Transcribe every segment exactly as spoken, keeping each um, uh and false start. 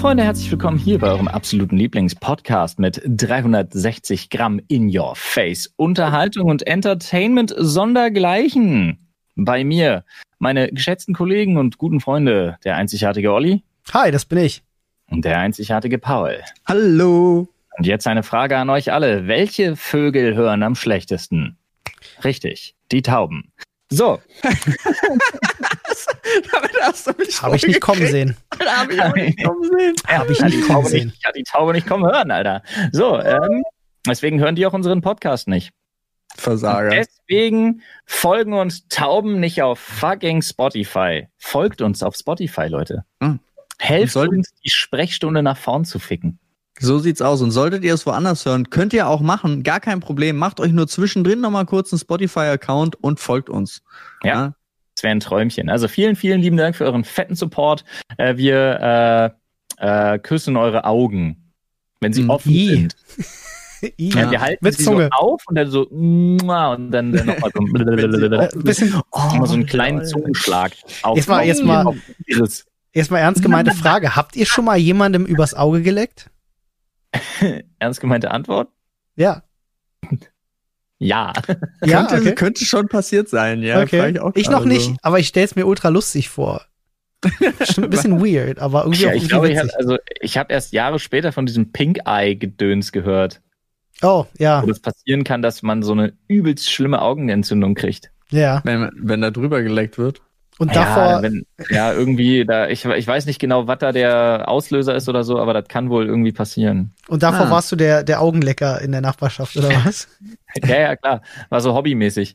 Freunde, herzlich willkommen hier bei eurem absoluten Lieblingspodcast mit dreihundertsechzig Gramm in your face. Unterhaltung und Entertainment sondergleichen. Bei mir meine geschätzten Kollegen und guten Freunde, der einzigartige Olli. Hi, das bin ich. Und der einzigartige Paul. Hallo. Und jetzt eine Frage an euch alle. Welche Vögel hören am schlechtesten? Richtig, die Tauben. So. Damit hast du mich Habe ich nicht kommen sehen. Habe ich auch nicht kommen sehen. Habe ich Ja, nicht die kommen Taube sehen. nicht, ich hatte die Taube nicht kommen hören, Alter. So, ähm, deswegen hören die auch unseren Podcast nicht. Versager. Deswegen folgen uns Tauben nicht auf fucking Spotify. Folgt uns auf Spotify, Leute. Hm. Helft sollten- uns, die Sprechstunde nach vorn zu ficken. So sieht's aus. Und solltet ihr es woanders hören, könnt ihr auch machen. Gar kein Problem. Macht euch nur zwischendrin nochmal kurz einen Spotify-Account und folgt uns. Ja. Das wäre ein Träumchen. Also vielen, vielen lieben Dank für euren fetten Support. Äh, wir äh, äh, küssen eure Augen, wenn sie Mhm. offen I. sind. I. Ja, wir halten Mit sie Zunge. so auf und dann so mua, und dann, dann nochmal so, Ein bisschen, nochmal so einen kleinen Zungenschlag. Auf, Jetzt mal- auf- jetzt mal- auf Iris. jetzt mal ernst gemeinte Frage. Habt ihr schon mal jemandem übers Auge geleckt? Ernst gemeinte Antwort? Ja. Ja. Ja, könnte, okay. könnte schon passiert sein, ja. okay. frag Ich, auch Ich gerade noch nicht, so. aber ich stell's mir ultra lustig vor. Bestimmt ein bisschen weird, aber irgendwie Ja, auch ich irgendwie glaube, ich witzig. habe also, ich hab erst Jahre später von diesem Pink-Eye-Gedöns gehört, Oh, ja, wo das passieren kann, dass man so eine übelst schlimme Augenentzündung kriegt. ja. Wenn, wenn da drüber geleckt wird. Und Ja, davor, wenn, ja, irgendwie, da, ich, ich weiß nicht genau, was da der Auslöser ist oder so, aber das kann wohl irgendwie passieren. und davor Ah. warst du der, der Augenlecker in der Nachbarschaft, oder was? Ja, ja, klar. War so hobbymäßig.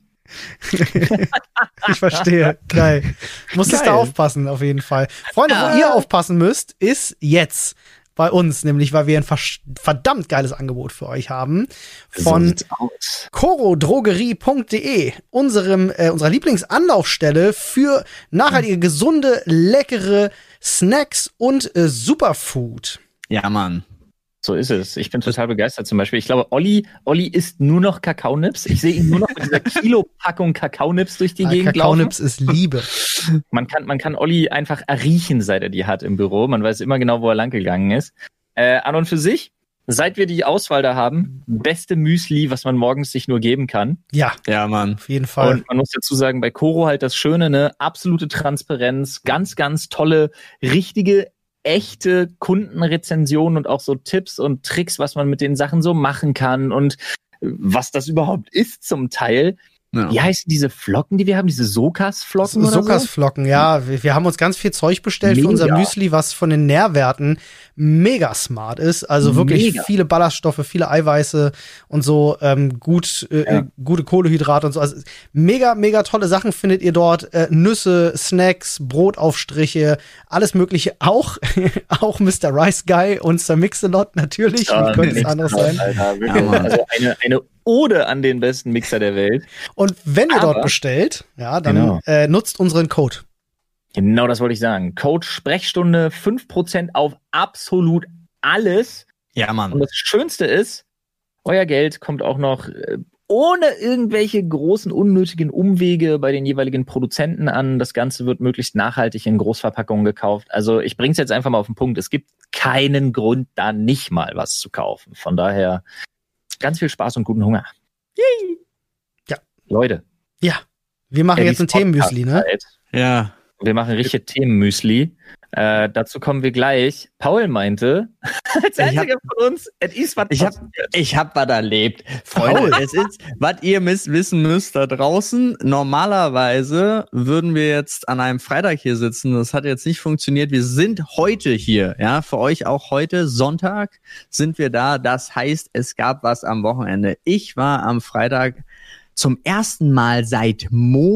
Ich verstehe. Geil. Musstest da Geil. aufpassen, auf jeden Fall. Freunde, wo Ja. ihr aufpassen müsst, ist jetzt bei uns, nämlich weil wir ein vers- verdammt geiles Angebot für euch haben. Von So sieht's aus. corodrogerie punkt de, unserem, äh, unserer Lieblingsanlaufstelle für nachhaltige, gesunde, leckere Snacks und äh, Superfood. Ja, Mann. So ist es. Ich bin total begeistert zum Beispiel. Ich glaube, Olli, Olli isst nur noch Kakaonips. Ich sehe ihn nur noch mit dieser Kilopackung Kakaonips durch die Ah, Gegend laufen. Kakaonips ist Liebe. Man kann, man kann Olli einfach erriechen, seit er die hat im Büro. Man weiß immer genau, wo er langgegangen ist. Äh, an und für sich, seit wir die Auswahl da haben, beste Müsli, was man morgens sich nur geben kann. Ja, Ja, Mann. auf jeden Fall. Und man muss dazu sagen, bei Coro halt das Schöne, ne, absolute Transparenz, ganz, ganz tolle, richtige, echte Kundenrezensionen und auch so Tipps und Tricks, was man mit den Sachen so machen kann und was das überhaupt ist zum Teil. Ja. Wie heißen diese Flocken, die wir haben? Diese Sokas-Flocken oder so? Sokas-Flocken, ja. Wir, wir haben uns ganz viel Zeug bestellt für unser Mega. Müsli, was von den Nährwerten mega smart ist. Also wirklich Mega. viele Ballaststoffe, viele Eiweiße und so ähm, gut, äh, Ja. äh, gute Kohlenhydrate und so. Also mega, mega tolle Sachen findet ihr dort. Äh, Nüsse, Snacks, Brotaufstriche, alles mögliche. Auch, auch Mister Rice Guy und Sir Mix-a-Lot natürlich. Ja, Wie könnte es nichts anders anderes, sein? Alter, wirklich. Ja, Mann. Also eine, eine Ode an den besten Mixer der Welt. Und wenn ihr Aber- dort bestellt, ja, dann Genau. äh, nutzt unseren Code. Genau das wollte ich sagen. Code Sprechstunde, fünf Prozent auf absolut alles. Ja, Und Mann. das Schönste ist, euer Geld kommt auch noch äh, ohne irgendwelche großen unnötigen Umwege bei den jeweiligen Produzenten an. Das Ganze wird möglichst nachhaltig in Großverpackungen gekauft. Also ich bring's jetzt einfach mal auf den Punkt. Es gibt keinen Grund, da nicht mal was zu kaufen. Von daher ganz viel Spaß und guten Hunger. Yay! Ja. Leute. Ja, wir machen ja, jetzt ein Themenmüsli, ne? Podcast-Zeit. Ja. Wir machen richtig Themenmüsli. Äh, dazu kommen wir gleich. Paul meinte, als Ich hab- einziger von uns, es ist was Ich hab, passiert. ich hab was erlebt. Freunde, es ist, was ihr miss, wissen müsst da draußen. Normalerweise würden wir jetzt an einem Freitag hier sitzen. Das hat jetzt nicht funktioniert. Wir sind heute hier, ja. Für euch auch heute, Sonntag, sind wir da. Das heißt, es gab was am Wochenende. Ich war am Freitag zum ersten Mal seit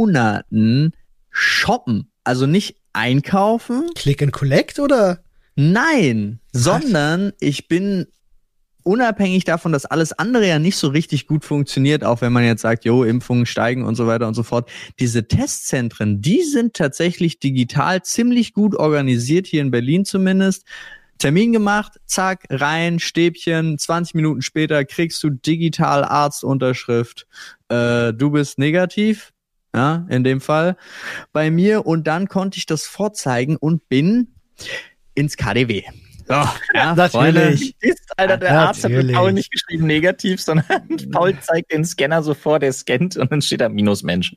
Monaten shoppen. Also nicht einkaufen, Click and Collect oder? nein, sondern ich bin unabhängig davon, dass alles andere ja nicht so richtig gut funktioniert, auch wenn man jetzt sagt, jo, Impfungen steigen und so weiter und so fort. Diese Testzentren, die sind tatsächlich digital ziemlich gut organisiert, hier in Berlin zumindest. Termin gemacht, zack, rein, Stäbchen, zwanzig Minuten später kriegst du digital Arztunterschrift. Äh, du bist negativ. Ja, in dem Fall bei mir. Und dann konnte ich das vorzeigen und bin ins K D W. So, ja, natürlich. Ist, Alter, der Ja, Arzt hat mit Paul nicht geschrieben negativ, sondern Paul zeigt den Scanner so vor, der scannt und dann steht da minus Menschen.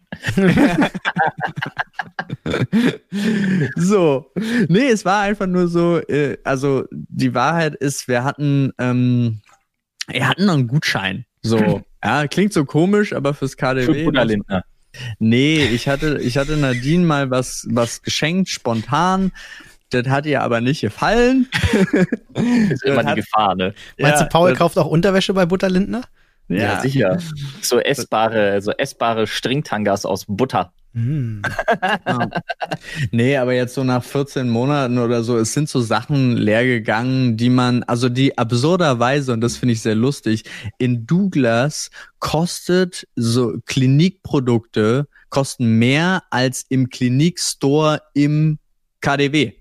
So, nee, es war einfach nur so, äh, also die Wahrheit ist, wir hatten, ähm, wir hatten noch einen Gutschein. So, ja, klingt so komisch, aber fürs K D W. Für Buddha Lindner. Nee, ich hatte, ich hatte Nadine mal was, was geschenkt, spontan. Das hat ihr aber nicht gefallen. Das ist immer die Gefahr, ne? Meinst Ja, du, Paul das- kauft auch Unterwäsche bei Butter Lindner? Ja, Ja, sicher. So essbare, so essbare Stringtangas aus Butter. Hm. Ja. Nee, aber jetzt so nach vierzehn Monaten oder so, es sind so Sachen leer gegangen, die man, also die absurderweise, und das finde ich sehr lustig, in Douglas kostet so Klinikprodukte, kosten mehr als im Klinikstore im K D W.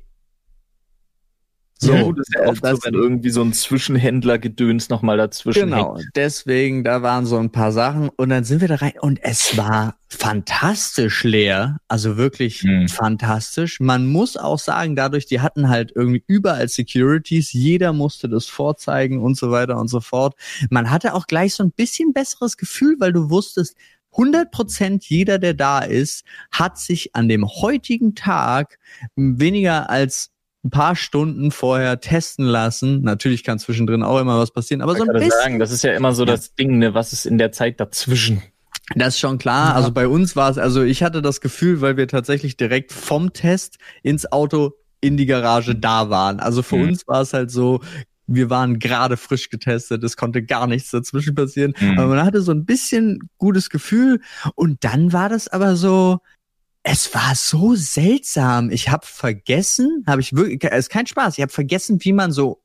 So, ja, gut, das ist ja äh, oft das- so, wenn irgendwie so ein Zwischenhändler-Gedöns nochmal dazwischen Genau, hängt. deswegen, da waren so ein paar Sachen und dann sind wir da rein und es war fantastisch leer, also wirklich Mhm. fantastisch. Man muss auch sagen, dadurch, die hatten halt irgendwie überall Securities, jeder musste das vorzeigen und so weiter und so fort. Man hatte auch gleich so ein bisschen besseres Gefühl, weil du wusstest, hundert Prozent jeder, der da ist, hat sich an dem heutigen Tag weniger als ein paar Stunden vorher testen lassen. Natürlich kann zwischendrin auch immer was passieren, aber Ich so ein kann bisschen. sagen, das ist ja immer so Ja. das Ding, ne? Was ist in der Zeit dazwischen? Das ist schon klar. Ja. Also bei uns war es, also ich hatte das Gefühl, weil wir tatsächlich direkt vom Test ins Auto in die Garage da waren. Also für Mhm. uns war es halt so, wir waren gerade frisch getestet, es konnte gar nichts dazwischen passieren. Mhm. Aber man hatte so ein bisschen gutes Gefühl. Und dann war das aber so, es war so seltsam. Ich habe vergessen, habe ich wirklich, es ist kein Spaß, ich habe vergessen, wie man so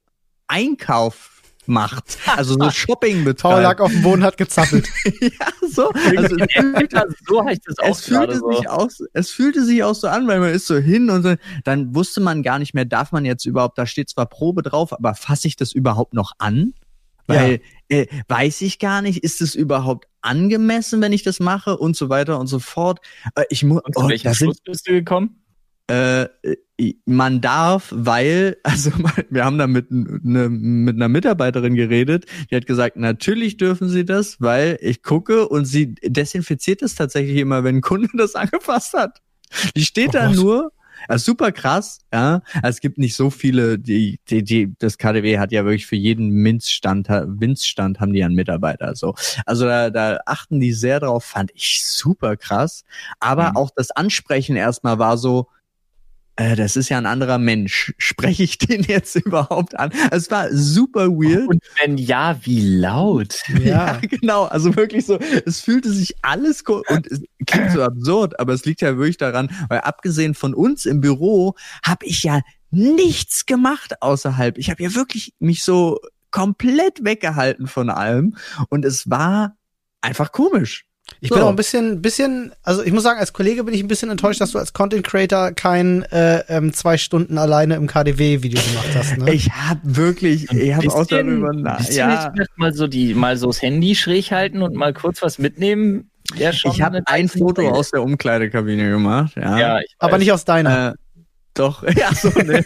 Einkauf macht. Also so Shopping Paul betreibt. lag auf dem Boden, hat gezappelt. Ja, so. Also, es fühlte, so heißt es auch es, fühlte gerade so. sich auch, es fühlte sich auch so an, weil man ist so hin und so, dann wusste man gar nicht mehr, darf man jetzt überhaupt, da steht zwar Probe drauf, aber fasse ich das überhaupt noch an? Weil, äh, weiß ich gar nicht, ist es überhaupt angemessen, wenn ich das mache und so weiter und so fort. Äh, ich muss, Und zu welchem da sind, Schluss bist du gekommen? äh, man darf, weil, also wir haben da mit, ne, mit einer Mitarbeiterin geredet, die hat gesagt, natürlich dürfen sie das, weil ich gucke und sie desinfiziert es tatsächlich immer, wenn ein Kunde das angefasst hat. Die steht Oh da Gott. nur, also super krass, ja. Also es gibt nicht so viele, die, die, die, das K D W hat ja wirklich für jeden Minzstand, Winzstand haben die einen Mitarbeiter, so. Also da, da achten die sehr drauf, fand ich super krass. Aber Mhm. auch das Ansprechen erstmal war so, äh, das ist ja ein anderer Mensch. Spreche ich den jetzt überhaupt an? Es war super weird. Und wenn ja, wie laut? Ja. Genau. Also wirklich so, es fühlte sich alles ko- und es klingt so absurd, aber es liegt ja wirklich daran, weil abgesehen von uns im Büro habe ich ja nichts gemacht außerhalb. Ich habe ja wirklich mich so komplett weggehalten von allem und es war einfach komisch. Ich So. bin auch ein bisschen, bisschen, also ich muss sagen, als Kollege bin ich ein bisschen enttäuscht, dass du als Content Creator kein äh, ähm, zwei Stunden alleine im K D W-Video gemacht hast. Ne? Ich habe wirklich, ich habe auch darüber nach. bisschen Ja. jetzt mal so die, mal so das Handy schräg halten und mal kurz was mitnehmen. Ja, schon Ich habe eine ein Leistung. Foto aus der Umkleidekabine gemacht, ja. Ja, ich Aber weiß. nicht aus deiner. Äh, doch, ja, so, ne.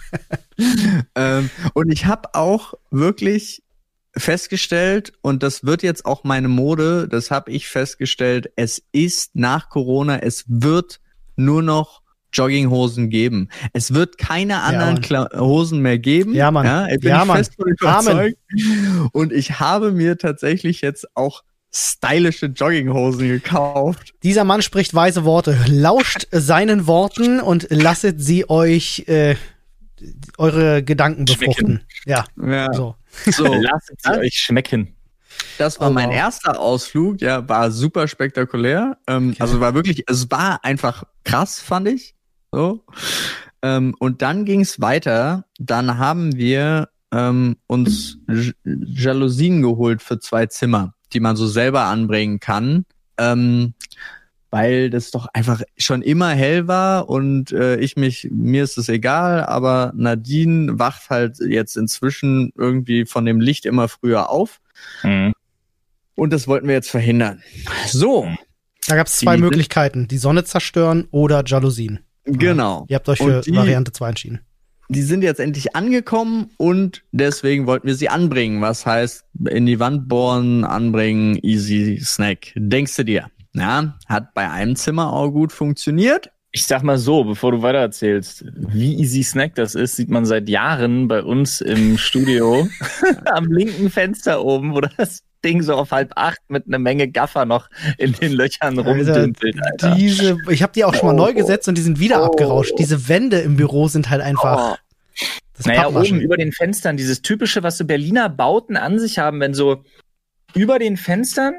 ähm, und ich habe auch wirklich festgestellt, und das wird jetzt auch meine Mode, das habe ich festgestellt, es ist nach Corona, es wird nur noch Jogginghosen geben. Es wird keine anderen Mann. Kla- Hosen mehr geben. Ja, Mann. Ja, ich bin Ja, ich Mann. fest von überzeugt. Und ich habe mir tatsächlich jetzt auch stylische Jogginghosen gekauft. Dieser Mann spricht weise Worte. Lauscht seinen Worten und lasset sie euch äh, eure Gedanken befruchten. Ja, Ja. so. So, Lasst sie euch schmecken. das war Oh, mein wow. erster Ausflug, ja, war super spektakulär. Ähm, Okay. Also war wirklich, es war einfach krass, fand ich. So. Ähm, und dann ging's weiter. Dann haben wir ähm, uns J- Jalousien geholt für zwei Zimmer, die man so selber anbringen kann. Ähm, weil das doch einfach schon immer hell war und äh, ich mich, mir ist es egal, aber Nadine wacht halt jetzt inzwischen irgendwie von dem Licht immer früher auf. Mhm. Und das wollten wir jetzt verhindern. So, Da gab es zwei Die- Möglichkeiten. Die Sonne zerstören oder Jalousien. genau. Ihr habt euch Und für die- Variante zwei entschieden. die sind jetzt endlich angekommen und deswegen wollten wir sie anbringen. Was heißt, in die Wand bohren, anbringen, easy Snack. Denkst du dir? Ja, hat bei einem Zimmer auch gut funktioniert. Ich sag mal so, bevor du weitererzählst, wie easy Snack das ist, sieht man seit Jahren bei uns im Studio am linken Fenster oben, wo das Ding so auf halb acht mit einer Menge Gaffer noch in den Löchern rumdümpelt, Alter. Diese, ich habe die auch schon mal Oh. neu gesetzt und die sind wieder Oh. abgerauscht. Diese Wände im Büro sind halt einfach. Oh. Das Naja, Pappmaschen. oben über den Fenstern, dieses typische, was so Berliner Bauten an sich haben, wenn so über den Fenstern,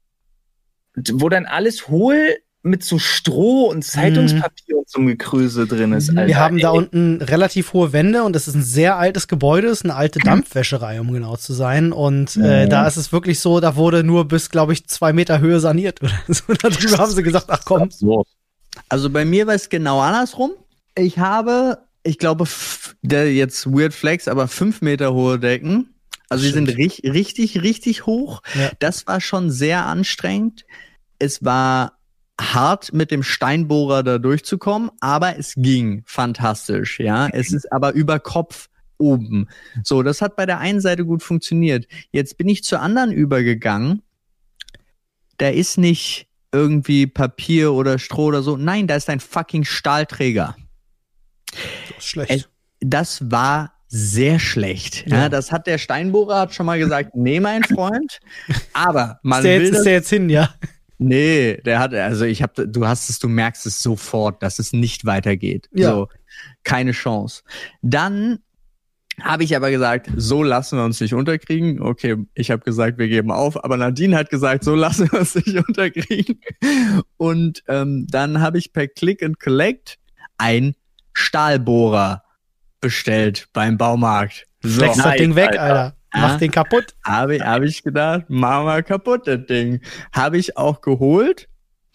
wo dann alles hohl mit so Stroh und Zeitungspapier und so einem Gekröse drin ist. Alter. Wir haben da Ey, unten relativ hohe Wände und das ist ein sehr altes Gebäude, ist eine alte Dampfwäscherei, um genau zu sein. Und äh, Mhm. da ist es wirklich so, da wurde nur bis, glaube ich, zwei Meter Höhe saniert oder so. Darüber haben sie gesagt, ach komm. so. Also bei mir war es genau andersrum. Ich habe, ich glaube, f- der jetzt Weird Flex, aber fünf Meter hohe Decken. Also die sind Stimmt. ri- richtig, richtig hoch. Ja. Das war schon sehr anstrengend. Es war hart, mit dem Steinbohrer da durchzukommen, aber es ging fantastisch, ja. Es ist aber über Kopf oben. So, das hat bei der einen Seite gut funktioniert. Jetzt bin ich zur anderen übergegangen. Da ist nicht irgendwie Papier oder Stroh oder so. Nein, da ist ein fucking Stahlträger. Das ist schlecht. Es, das war sehr schlecht. Ja. Ja. Das hat der Steinbohrer hat schon mal gesagt, nee, mein Freund. Aber man ist, der will jetzt, das ist der jetzt hin, ja? Nee, der hat, also ich hab, du hast es, du merkst es sofort, dass es nicht weitergeht. Ja. So, keine Chance. Dann habe ich aber gesagt, so lassen wir uns nicht unterkriegen. Okay, ich habe gesagt, wir geben auf, aber Nadine hat gesagt, so lassen wir uns nicht unterkriegen. Und ähm, dann habe ich per Click and Collect ein Stahlbohrer bestellt beim Baumarkt. So. Flex das nice, Ding weg, Alter. Alter. Mach Ja. den kaputt. Habe hab ich gedacht, mach mal kaputt, das Ding. Habe ich auch geholt.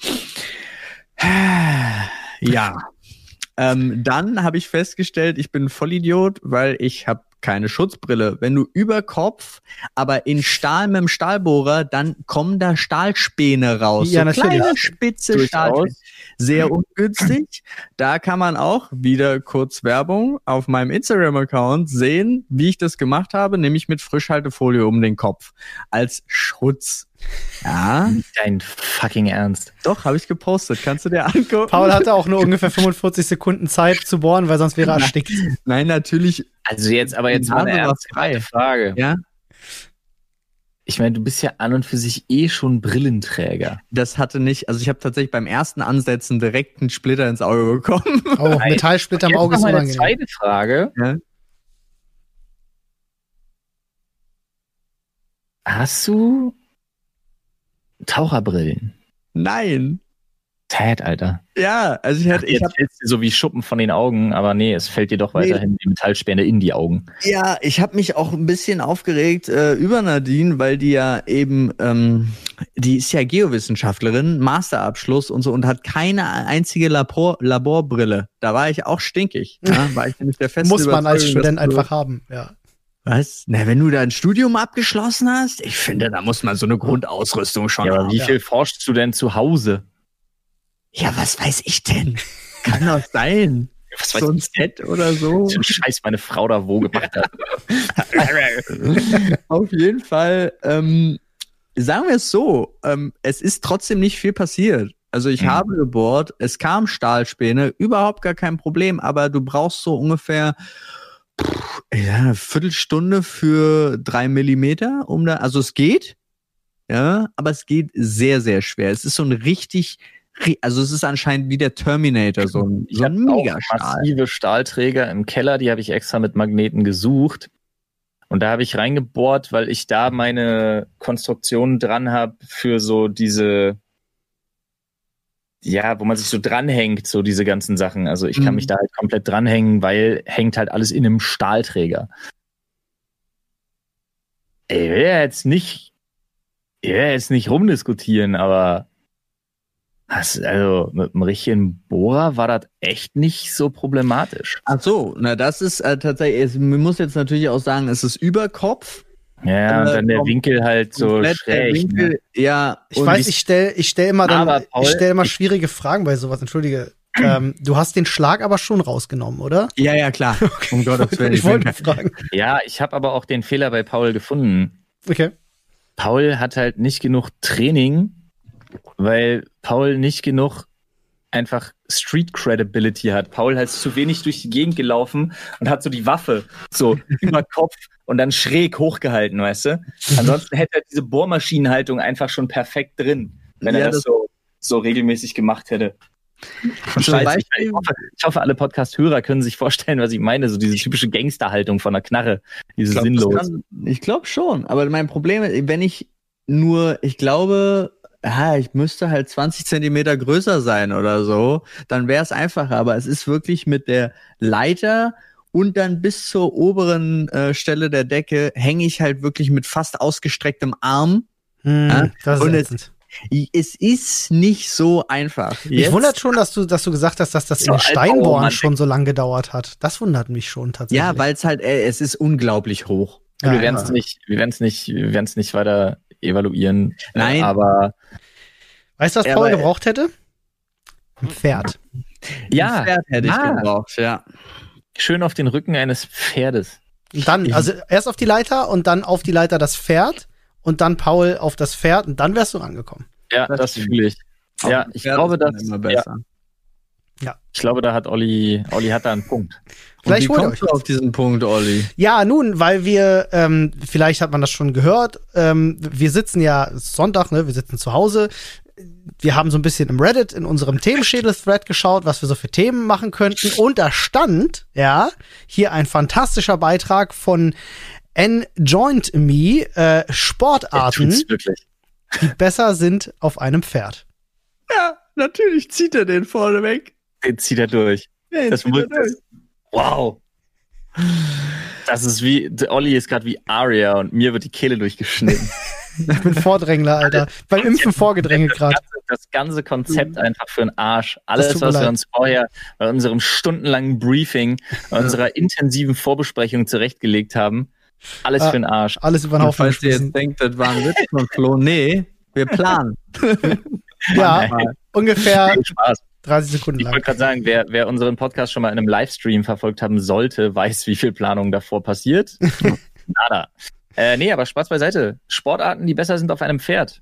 Ja. Ähm, dann habe ich festgestellt, ich bin ein Vollidiot, weil ich habe keine Schutzbrille. Wenn du über Kopf, aber in Stahl mit dem Stahlbohrer, dann kommen da Stahlspäne raus. Ja, so natürlich. kleine, spitze Durchaus. Stahlspäne. Sehr ungünstig. Da kann man auch, wieder kurz Werbung, auf meinem Instagram-Account sehen, wie ich das gemacht habe, nämlich mit Frischhaltefolie um den Kopf. Als Schutz. Ja, Nicht dein fucking Ernst. doch, habe ich gepostet. Kannst du dir angucken? Paul hatte auch nur ungefähr fünfundvierzig Sekunden Zeit zu bohren, weil sonst wäre er erstickt. Nein, natürlich. Also jetzt, aber jetzt Die mal eine Nase war ernste frei. Frage. Ja, Ich meine, du bist ja an und für sich eh schon Brillenträger. das hatte nicht, also ich habe tatsächlich beim ersten Ansetzen direkt einen Splitter ins Auge bekommen. Oh, Metallsplitter im Jetzt Auge noch ist mal eine unangenehm. zweite Frage. Ja. Hast du Taucherbrillen? Nein. Sad, Alter. Ja, also ich hatte, ich Jetzt habe fällt dir so wie Schuppen von den Augen, aber nee, es fällt dir doch Nee. weiterhin die Metallspäne in die Augen. ja, ich habe mich auch ein bisschen aufgeregt äh, über Nadine, weil die ja eben, ähm, die ist ja Geowissenschaftlerin, Masterabschluss und so und hat keine einzige Labor Laborbrille. Da war ich auch stinkig. Ja, war ich nämlich der festen Muss man als Überzeugung, Student dass du- einfach haben, ja. Was? Na, wenn du da ein Studium abgeschlossen hast, ich finde, da muss man so eine Grundausrüstung schon Ja, aber haben. wie Ja. viel forschst du denn zu Hause? Ja, was weiß ich denn? Kann doch sein. Was So ein Set oder so. was für ein Scheiß meine Frau da wo gemacht hat. Auf jeden Fall, ähm, sagen wir es so, ähm, es ist trotzdem nicht viel passiert. Also ich Mhm. habe gebohrt, es kam Stahlspäne, überhaupt gar kein Problem, aber du brauchst so ungefähr pff, ja, eine Viertelstunde für drei Millimeter, um da, also es geht, ja, aber es geht sehr, sehr schwer. Es ist so ein richtig, ri- also es ist anscheinend wie der Terminator, so ein, Ich so habe ein auch Megastahl. massive Stahlträger im Keller, die habe ich extra mit Magneten gesucht. Und da habe ich reingebohrt, weil ich da meine Konstruktion dran habe für so diese, ja, wo man sich so dranhängt, so diese ganzen Sachen. Also ich kann Mhm. mich da halt komplett dranhängen, weil hängt halt alles in einem Stahlträger. Ich will ja jetzt nicht, ich will ja jetzt nicht rumdiskutieren, aber was, also mit einem richtigen Bohrer war das echt nicht so problematisch. Ach so, na das ist äh, tatsächlich, es, man muss jetzt natürlich auch sagen, es ist über Kopf. Ja, und Äh, dann der kom- Winkel halt so komplett der schräg. Winkel, Ne? ja. Ich und weiß, ich stelle ich stell immer dann, Aber, Paul, ich stelle immer ich- schwierige Fragen bei sowas, entschuldige. ähm, du hast den Schlag aber schon rausgenommen, oder? Ja, ja, klar. Um Gottes Willen. Ich wollte fragen. Ja, ich habe aber auch den Fehler bei Paul gefunden. Okay. Paul hat halt nicht genug Training, weil Paul nicht genug einfach Street Credibility hat. Paul hat zu wenig durch die Gegend gelaufen und hat so die Waffe so über Kopf und dann schräg hochgehalten, weißt du? Ansonsten hätte er diese Bohrmaschinenhaltung einfach schon perfekt drin, wenn er Ja, das, das so, so regelmäßig gemacht hätte. Zum Scheiße, Beispiel- ich, hoffe, ich hoffe, alle Podcast-Hörer können sich vorstellen, was ich meine. So diese typische Gangsterhaltung von der Knarre. Diese Ich glaub, sinnlos. das kann- Ich glaube schon. Aber mein Problem ist, wenn ich nur, ich glaube, ja, ich müsste halt zwanzig Zentimeter größer sein oder so, dann wäre es einfacher. Aber es ist wirklich mit der Leiter und dann bis zur oberen äh, Stelle der Decke hänge ich halt wirklich mit fast ausgestrecktem Arm. Hm, Ja? das ist Und es- ätzend. Es ist nicht so einfach. Mich Jetzt- wundert schon, dass du, dass du gesagt hast, dass das So in Steinborn Altbaumann. schon so lange gedauert hat. Das wundert mich schon tatsächlich. Ja, weil es halt, äh, es ist unglaublich hoch. wir Ja, werden es ja. nicht, wir werden es nicht, wir werden es nicht weiter evaluieren. Nein. Äh, aber Weißt du, was Ja, Paul aber- gebraucht hätte? Ein Pferd. ja, Ein Pferd hätte ich ah. gebraucht, ja. schön auf den Rücken eines Pferdes. Und dann, also erst auf die Leiter und dann auf die Leiter das Pferd und dann Paul auf das Pferd und dann wärst du angekommen. Ja, Das das, stimmt. fühle ich. Auf Ja, dem ich Pferd glaube, ist man dass, immer ja, besser. ich glaube, da hat Olli, Olli hat da einen Punkt. Vielleicht Und wie holt ihr kommst euch du auf diesen Punkt, Olli? Ja, nun, weil wir, ähm, vielleicht hat man das schon gehört, ähm, wir sitzen ja es ist Sonntag, ne, wir sitzen zu Hause. Wir haben so ein bisschen im Reddit in unserem Themenschädel-Thread geschaut, was wir so für Themen machen könnten. Und da stand, ja, hier ein fantastischer Beitrag von Enjoined Me, äh, Sportarten, Tut's wirklich. die besser sind auf einem Pferd. Ja, natürlich zieht er den vorne weg. Den zieht er durch. Ja, Das muss, das, wow. Das ist wie, der Olli ist gerade wie Arya und mir wird die Kehle durchgeschnitten. Ich bin Vordrängler, Alter. Beim Impfen vorgedrängelt Das gerade. ganze, das ganze Konzept einfach für den Arsch. Alles, tut mir was wir leid. uns vorher bei unserem stundenlangen Briefing, bei unserer intensiven Vorbesprechung zurechtgelegt haben, alles Ah. für den Arsch. Alles über den Und Haufen falls ihr geschmissen. jetzt denkt, das war ein Witz von Flo, nee, wir planen. Ja, ungefähr Viel Spaß. dreißig Sekunden Ich lang. wollte gerade sagen, wer, wer unseren Podcast schon mal in einem Livestream verfolgt haben sollte, weiß, wie viel Planung davor passiert. Nada. Äh, nee, aber Spaß beiseite. Sportarten, die besser sind auf einem Pferd.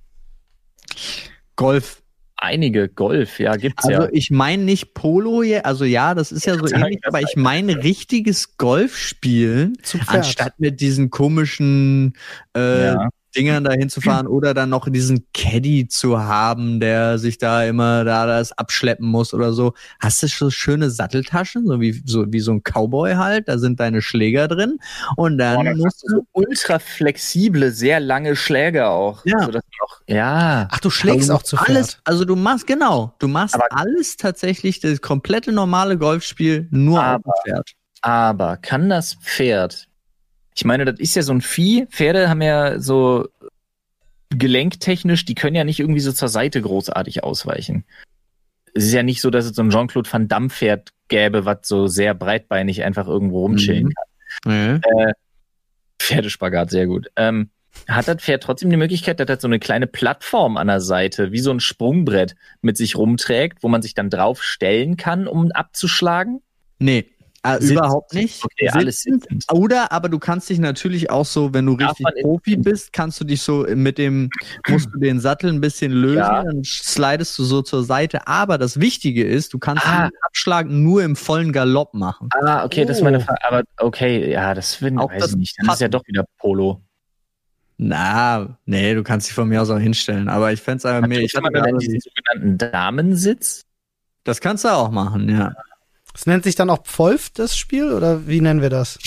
Golf. Einige. Golf, ja, gibt's Also ja. ich meine nicht Polo, je- also ja, das ist ja so sagen, ähnlich, das aber ist ich meine richtiges Golf spielen, Zum Pferd. anstatt mit diesen komischen äh, Ja. Dingern dahin zu fahren oder dann noch diesen Caddy zu haben, der sich da immer da das abschleppen muss oder so. Hast du so schöne Satteltaschen, so wie so wie so ein Cowboy halt, da sind deine Schläger drin und dann Boah, dann musst hast du so ultra flexible, sehr lange Schläge auch. Ja. Sodass du auch, ja. Ach, du schlägst Also auch zu Pferd. alles, also du machst, genau, du machst Aber- alles tatsächlich, das komplette normale Golfspiel nur auf dem Aber- Pferd. Aber kann das Pferd, ich meine, das ist ja so ein Vieh, Pferde haben ja so gelenktechnisch, die können ja nicht irgendwie so zur Seite großartig ausweichen. Es ist ja nicht so, dass es so ein Jean-Claude Van Damme Pferd gäbe, was so sehr breitbeinig einfach irgendwo rumchillen Mhm. kann. Ja. Pferdespagat, sehr gut. Ähm, hat das Pferd trotzdem die Möglichkeit, dass das so eine kleine Plattform an der Seite, wie so ein Sprungbrett mit sich rumträgt, wo man sich dann drauf stellen kann, um abzuschlagen? Nee, äh, Sitz- überhaupt nicht. Okay, alles Sitzend. sitzend. Oder, aber du kannst dich natürlich auch so, wenn du Darf richtig man in- Profi bist, kannst du dich so mit dem, musst du den Sattel ein bisschen lösen, Ja. dann slidest du so zur Seite. Aber das Wichtige ist, du kannst Ah. den Abschlag nur im vollen Galopp machen. Ah, okay, das ist Oh. meine Frage. Aber okay, ja, das will, Auch weiß das ich nicht. Dann ist ja Patten. doch wieder Polo. Na, nee, du kannst dich von mir aus auch hinstellen. Aber ich fände es einfach mehr. Ich Kann hatte man dann gerade diesen sogenannten Damensitz? das kannst du auch machen, ja. Das nennt sich dann auch Pfolf, das Spiel? Oder wie nennen wir das?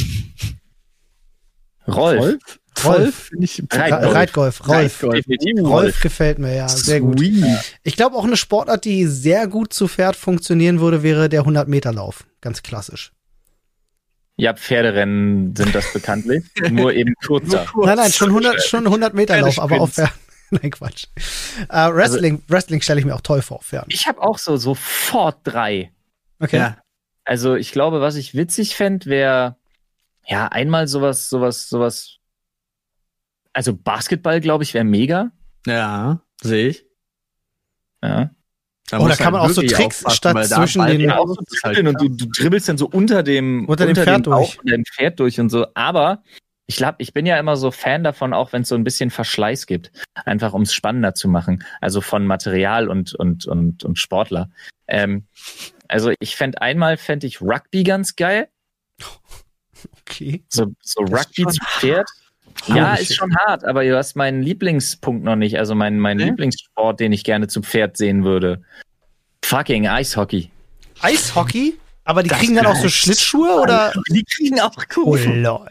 Rolf. Rolf. Rolf finde ich Reitgolf. Reitgolf. Rolf. Reitgolf. Definitiv Rolf Rolf. gefällt mir, ja, sehr gut. Sweet. Ich glaube, auch eine Sportart, die sehr gut zu Pferd funktionieren würde, wäre der hundert-Meter-Lauf. Ganz klassisch. Ja, Pferderennen sind das bekanntlich. Nur eben kurzer. Nein, nein, schon hundert, schon hundert-Meter-Lauf, aber auf Pferd. Nein, Quatsch. Äh, Wrestling, Wrestling stelle ich mir auch toll vor, auf Pferden. Ich habe auch so sofort drei. Okay. Ja. Also ich glaube, was ich witzig fände, wäre ja einmal sowas, sowas, sowas. Also Basketball, glaube ich, wäre mega. Ja, sehe ich. Ja. Da Oh, da musst du kann man halt auch so wirklich Tricks aufpassen, statt weil da zwischen bald den- der Ja, auch so Auto ist halt dribbeln und du, du dribbelst dann so unter dem, Unter dem Pferd dem Bauch durch. von dem Pferd durch und so. Aber ich glaube, ich bin ja immer so Fan davon, auch wenn es so ein bisschen Verschleiß gibt. Einfach um es spannender zu machen. Also von Material und, und, und, und Sportler. Ähm, also ich fände einmal, fände ich Rugby ganz geil. Okay. So, so Das ist Rugby schon zu Pferd. Ja, ist schon hart, aber du hast meinen Lieblingspunkt noch nicht. Also meinen mein Nee? Lieblingssport, den ich gerne zu Pferd sehen würde. Fucking Eishockey. Eishockey? Aber die Das kriegen dann auch so heißt- Schlittschuhe oder? Die kriegen auch Oh, Kufen. lol.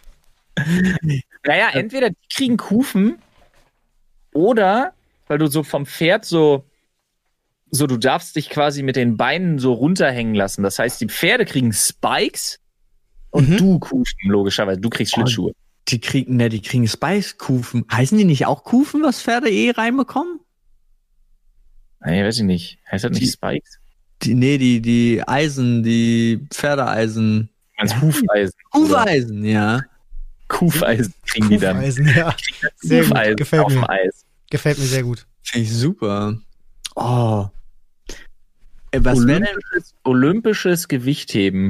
Naja, entweder die kriegen Kufen oder, weil du so vom Pferd so, so du darfst dich quasi mit den Beinen so runterhängen lassen. Das heißt, die Pferde kriegen Spikes und Mhm. du Kufen, logischerweise. Du kriegst Schlittschuhe. Die kriegen, ne, die kriegen Spice-Kufen. Heißen die nicht auch Kufen, was Pferde eh reinbekommen? Nee, weiß ich nicht. Heißt das Die- nicht Spikes? Die, nee, die, die Eisen, die Pferdeeisen. Als Hufeisen. Hufeisen, ja. Kufeisen kriegen die dann. Hufeisen, ja. Sehr gut, Hufeisen gefällt auf dem mir. Eis. Gefällt mir sehr gut. Finde ich super. Oh. Ey, was wäre denn? Olympisches, olympisches Gewichtheben.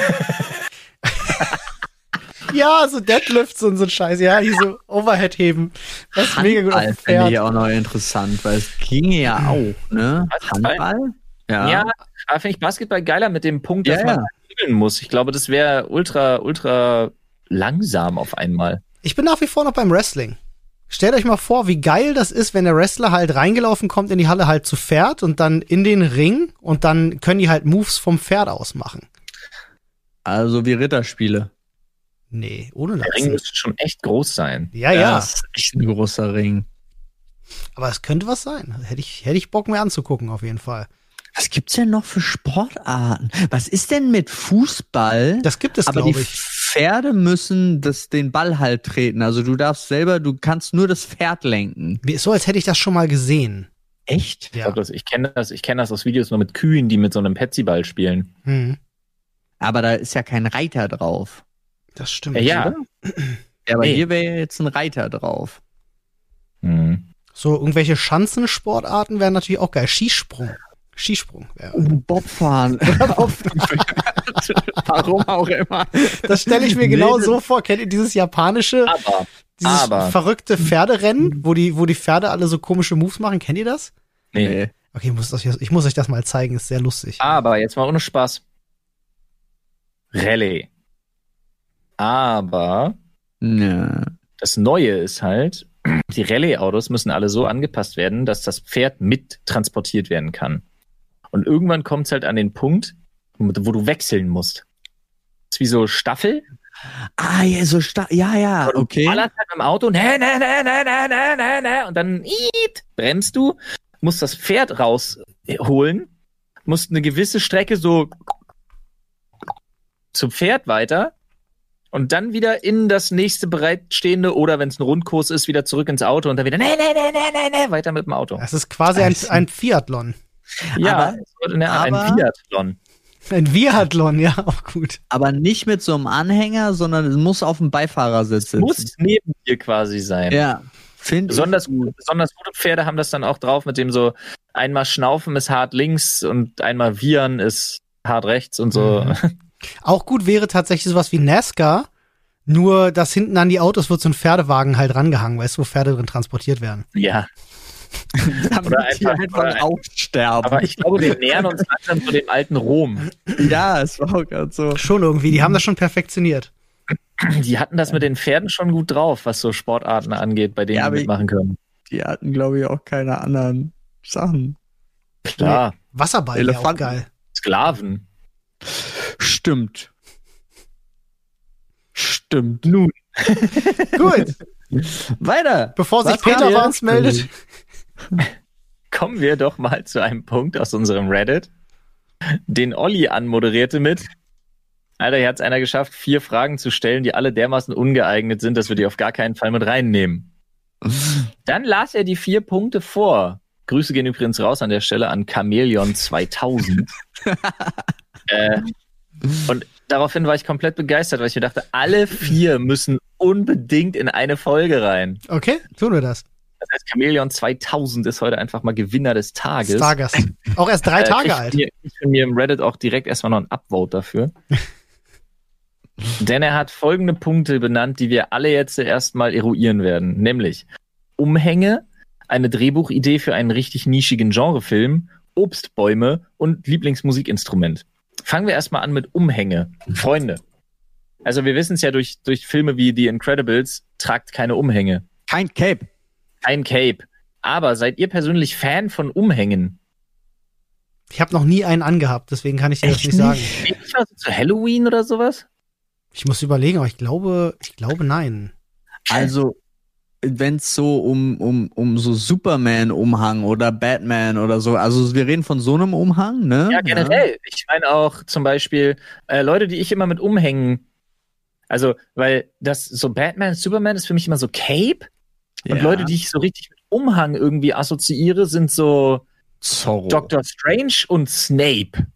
Ja, so Deadlifts und so ein Scheiß. Ja, die so Overhead heben. Das ist mega gut auf dem Handball finde ich Pferd. auch noch interessant, weil es ginge ja auch, ne? Basketball? Handball? Ja, aber finde ich Basketball geiler mit dem Punkt, dass Ja, man ja. dribbeln muss. Ich glaube, das wäre ultra, ultra langsam auf einmal. Ich bin nach wie vor noch beim Wrestling. Stellt euch mal vor, wie geil das ist, wenn der Wrestler halt reingelaufen kommt in die Halle halt zu Pferd und dann in den Ring und dann können die halt Moves vom Pferd aus machen. Also wie Ritterspiele. Nee, ohne Der Ring Lassen. müsste schon echt groß sein. Ja, ja. Das ist echt ein großer Ring. Aber es könnte was sein. Hätte ich, hätte ich Bock, mir anzugucken, auf jeden Fall. Was gibt's denn noch für Sportarten? Was ist denn mit Fußball? Das gibt es, Aber glaube die ich. Pferde müssen das, den Ball halt treten. Also du darfst selber, du kannst nur das Pferd lenken. Mir ist so, als hätte ich das schon mal gesehen. Echt? Ich, Ja. glaub, das, ich kenne das, ich kenn das aus Videos nur mit Kühen, die mit so einem Petsyball spielen. Hm, Aber da ist ja kein Reiter drauf. das stimmt. Ja, ja. oder? Ja, aber Nee. hier wäre jetzt ein Reiter drauf. Hm. So, irgendwelche Schanzensportarten wären natürlich auch geil. Skisprung. Skisprung wäre. Oh, Bobfahren. Warum auch immer. Das stelle ich mir Nee, genau das- so vor. Kennt ihr dieses japanische, Aber, dieses aber- verrückte Pferderennen, wo die, wo die Pferde alle so komische Moves machen? Kennt ihr das? nee. Nee. Okay, ich muss, euch, ich muss euch das mal zeigen. Ist sehr lustig. Aber, jetzt mal ohne Spaß. Rallye. Aber Ja. das Neue ist halt, die Rallye-Autos müssen alle so angepasst werden, dass das Pferd mit transportiert werden kann. Und irgendwann kommt es halt an den Punkt, wo du wechseln musst. Das ist wie so Staffel. Ah, ja, so stark. Ja, ja, Du okay. ballerst halt mit dem Auto und, ne, ne, ne, ne, ne, ne, ne, ne, und dann iit, bremst du, musst das Pferd rausholen, musst eine gewisse Strecke so zum Pferd weiter und dann wieder in das nächste bereitstehende oder wenn es ein Rundkurs ist, wieder zurück ins Auto und dann wieder ne, ne, ne, ne, ne, ne, weiter mit dem Auto. Das ist quasi ein, Also- ein Triathlon. Ja, aber- es wird in der Art ein aber- Biathlon. Ein Viathlon, ja, auch gut. Aber nicht mit so einem Anhänger, sondern es muss auf dem Beifahrersitz sitzen. Muss neben dir quasi sein. Ja. Finde ich Besonders, gut. besonders gute Pferde haben das dann auch drauf, mit dem so einmal Schnaufen ist hart links und einmal Wiehern ist hart rechts und so. Mhm. Auch gut wäre tatsächlich sowas wie NASCAR, nur dass hinten an die Autos wird so ein Pferdewagen halt rangehangen, weißt du, wo Pferde drin transportiert werden. Ja, Damit Oder die einfach- einfach oder- aussterben. aber ich glaube, wir nähern uns langsam zu dem alten Rom. ja, es war auch gerade so. Schon irgendwie, die haben das schon perfektioniert. Die hatten das mit den Pferden schon gut drauf, was so Sportarten angeht, bei denen Ja, die aber ich- mitmachen können. Die hatten, glaube ich, auch keine anderen Sachen. Klar, Wasserball wäre auch Elefanten. geil. Sklaven. Stimmt. Stimmt. Nun, Gut, Weiter. bevor sich Was Peter haben wir? bei uns meldet. kommen wir doch mal zu einem Punkt aus unserem Reddit, den Olli anmoderierte mit: Alter, hier hat es einer geschafft, vier Fragen zu stellen, die alle dermaßen ungeeignet sind, dass wir die auf gar keinen Fall mit reinnehmen. Dann las er die vier Punkte vor. Grüße gehen übrigens raus an der Stelle an Chameleon zweitausend. äh, und daraufhin war ich komplett begeistert, weil ich mir dachte, alle vier müssen unbedingt in eine Folge rein. Okay, tun wir das. Das heißt, Chameleon zweitausend ist heute einfach mal Gewinner des Tages. Stargast. Auch erst drei Äh, Tage ich alt. Mir, ich finde mir im Reddit auch direkt erstmal noch ein Upvote dafür. Denn er hat folgende Punkte benannt, die wir alle jetzt erstmal eruieren werden. Nämlich Umhänge, eine Drehbuchidee für einen richtig nischigen Genrefilm, Obstbäume und Lieblingsmusikinstrument. Fangen wir erstmal an mit Umhänge. Freunde. Also wir wissen es ja durch, durch Filme wie The Incredibles, tragt keine Umhänge. Kein Cape. Kein Cape. Aber seid ihr persönlich Fan von Umhängen? Ich habe noch nie einen angehabt, deswegen kann ich dir das Echt nicht sagen. Nicht also zu Halloween oder sowas? Ich muss überlegen, aber ich glaube, ich glaube nein. Also, wenn es so um, um, um so Superman-Umhang oder Batman oder so, also wir reden von so einem Umhang, ne? Ja, generell. Ich meine auch zum Beispiel äh, Leute, die ich immer mit Umhängen, also, weil das so Batman, Superman ist für mich immer so Cape. Und Ja. Leute, die ich so richtig mit Umhang irgendwie assoziiere, sind so Zorro. Doctor Strange und Snape.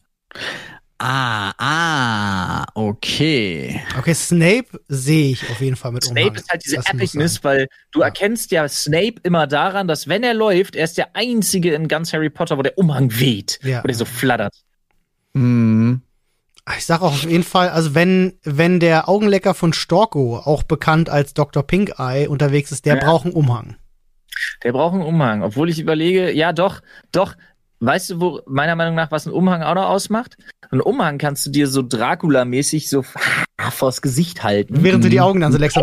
Ah, ah, okay. Okay, Snape sehe ich auf jeden Fall mit Snape Umhang. ist halt diese Das muss Epicness, sein. weil du Ja. erkennst ja Snape immer daran, dass wenn er läuft, er ist der Einzige in ganz Harry Potter, wo der Umhang weht, Ja. wo der so flattert. Mhm. Ich sage auch auf jeden Fall, also wenn, wenn der Augenlecker von Storko, auch bekannt als Doktor Pinkeye, unterwegs ist, der Ja. braucht einen Umhang. Der braucht einen Umhang. Obwohl ich überlege, ja doch, doch. Weißt du, wo meiner Meinung nach, was ein Umhang auch noch ausmacht? Ein Umhang kannst du dir so Dracula-mäßig so vors Gesicht halten. Während du die Augen dann so leckst. Ja,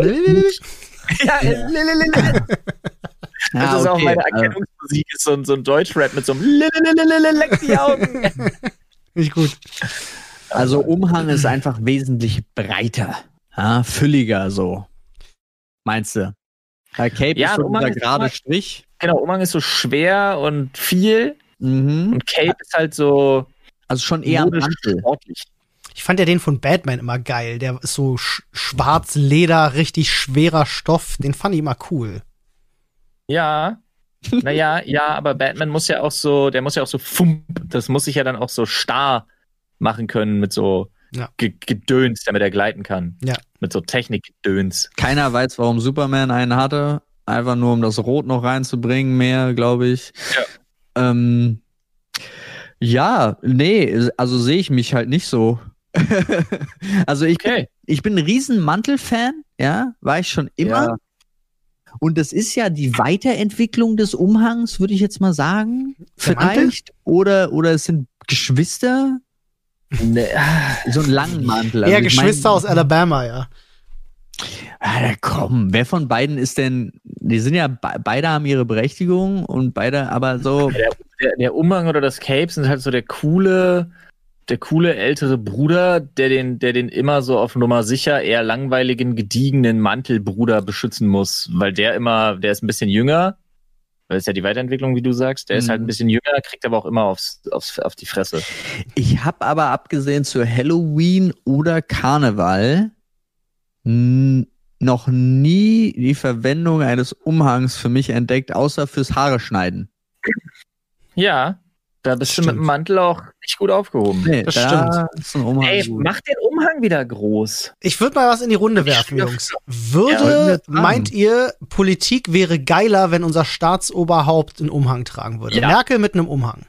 lelelele. Ja, Das ist auch okay. meine Also, Erkennungsmusik, ist so ein, so ein Deutschrap mit so einem lelelele, leck die Augen. Nicht gut. also Umhang ist einfach wesentlich breiter, ja, fülliger so. Meinst du? Bei Cape Ja, ist so Umhang dieser ist gerade immer- Strich. Genau, Umhang ist so schwer und viel Mhm. und Cape ist halt so Also schon eher modisch Mantel. sportlich. Ich fand ja den von Batman immer geil. Der ist so sch schwarz Leder, richtig schwerer Stoff. Den fand ich immer cool. Ja, naja, ja, aber Batman muss ja auch so, der muss ja auch so fump, das muss sich ja dann auch so starr machen können mit so Ja. Ge Gedöns, damit er gleiten kann. Ja. Mit so Technikgedöns. Keiner weiß, warum Superman einen hatte. Einfach nur, um das Rot noch reinzubringen, mehr, glaube ich. Ja. Ähm, ja, nee, also sehe ich mich halt nicht so. also ich, bin, Okay. ich bin ein riesen Mantel-Fan, ja, war ich schon immer. Ja. Und das ist ja die Weiterentwicklung des Umhangs, würde ich jetzt mal sagen. Der Mantel? Vielleicht. Oder, oder es sind Geschwister. Ne, So einen langen Mantel. Also Eher ich Geschwister mein- aus Alabama, ja. Ah, komm, wer von beiden ist denn, die sind ja, be beide haben ihre Berechtigung und beide, aber so, der, der, der Umhang oder das Cape sind halt so der coole, der coole ältere Bruder, der den, der den immer so auf Nummer sicher eher langweiligen, gediegenen Mantelbruder beschützen muss, weil der immer, der ist ein bisschen jünger, weil das ist ja die Weiterentwicklung, wie du sagst, der ist Mhm. halt ein bisschen jünger, kriegt aber auch immer aufs, aufs, auf die Fresse. ich habe aber abgesehen zu Halloween oder Karneval n- noch nie die Verwendung eines Umhangs für mich entdeckt, außer fürs Haare schneiden. Ja, da bist du mit Stimmt. dem Mantel auch nicht gut aufgehoben. Nee, Das da ist ein Umhang Ey, gut. mach den Umhang wieder groß. Ich würde mal was in die Runde werfen, Ja. Jungs. Ja, Würde, wollten wir jetzt meint ihr, Politik wäre geiler, wenn unser Staatsoberhaupt einen Umhang tragen würde? Ja. Merkel mit einem Umhang.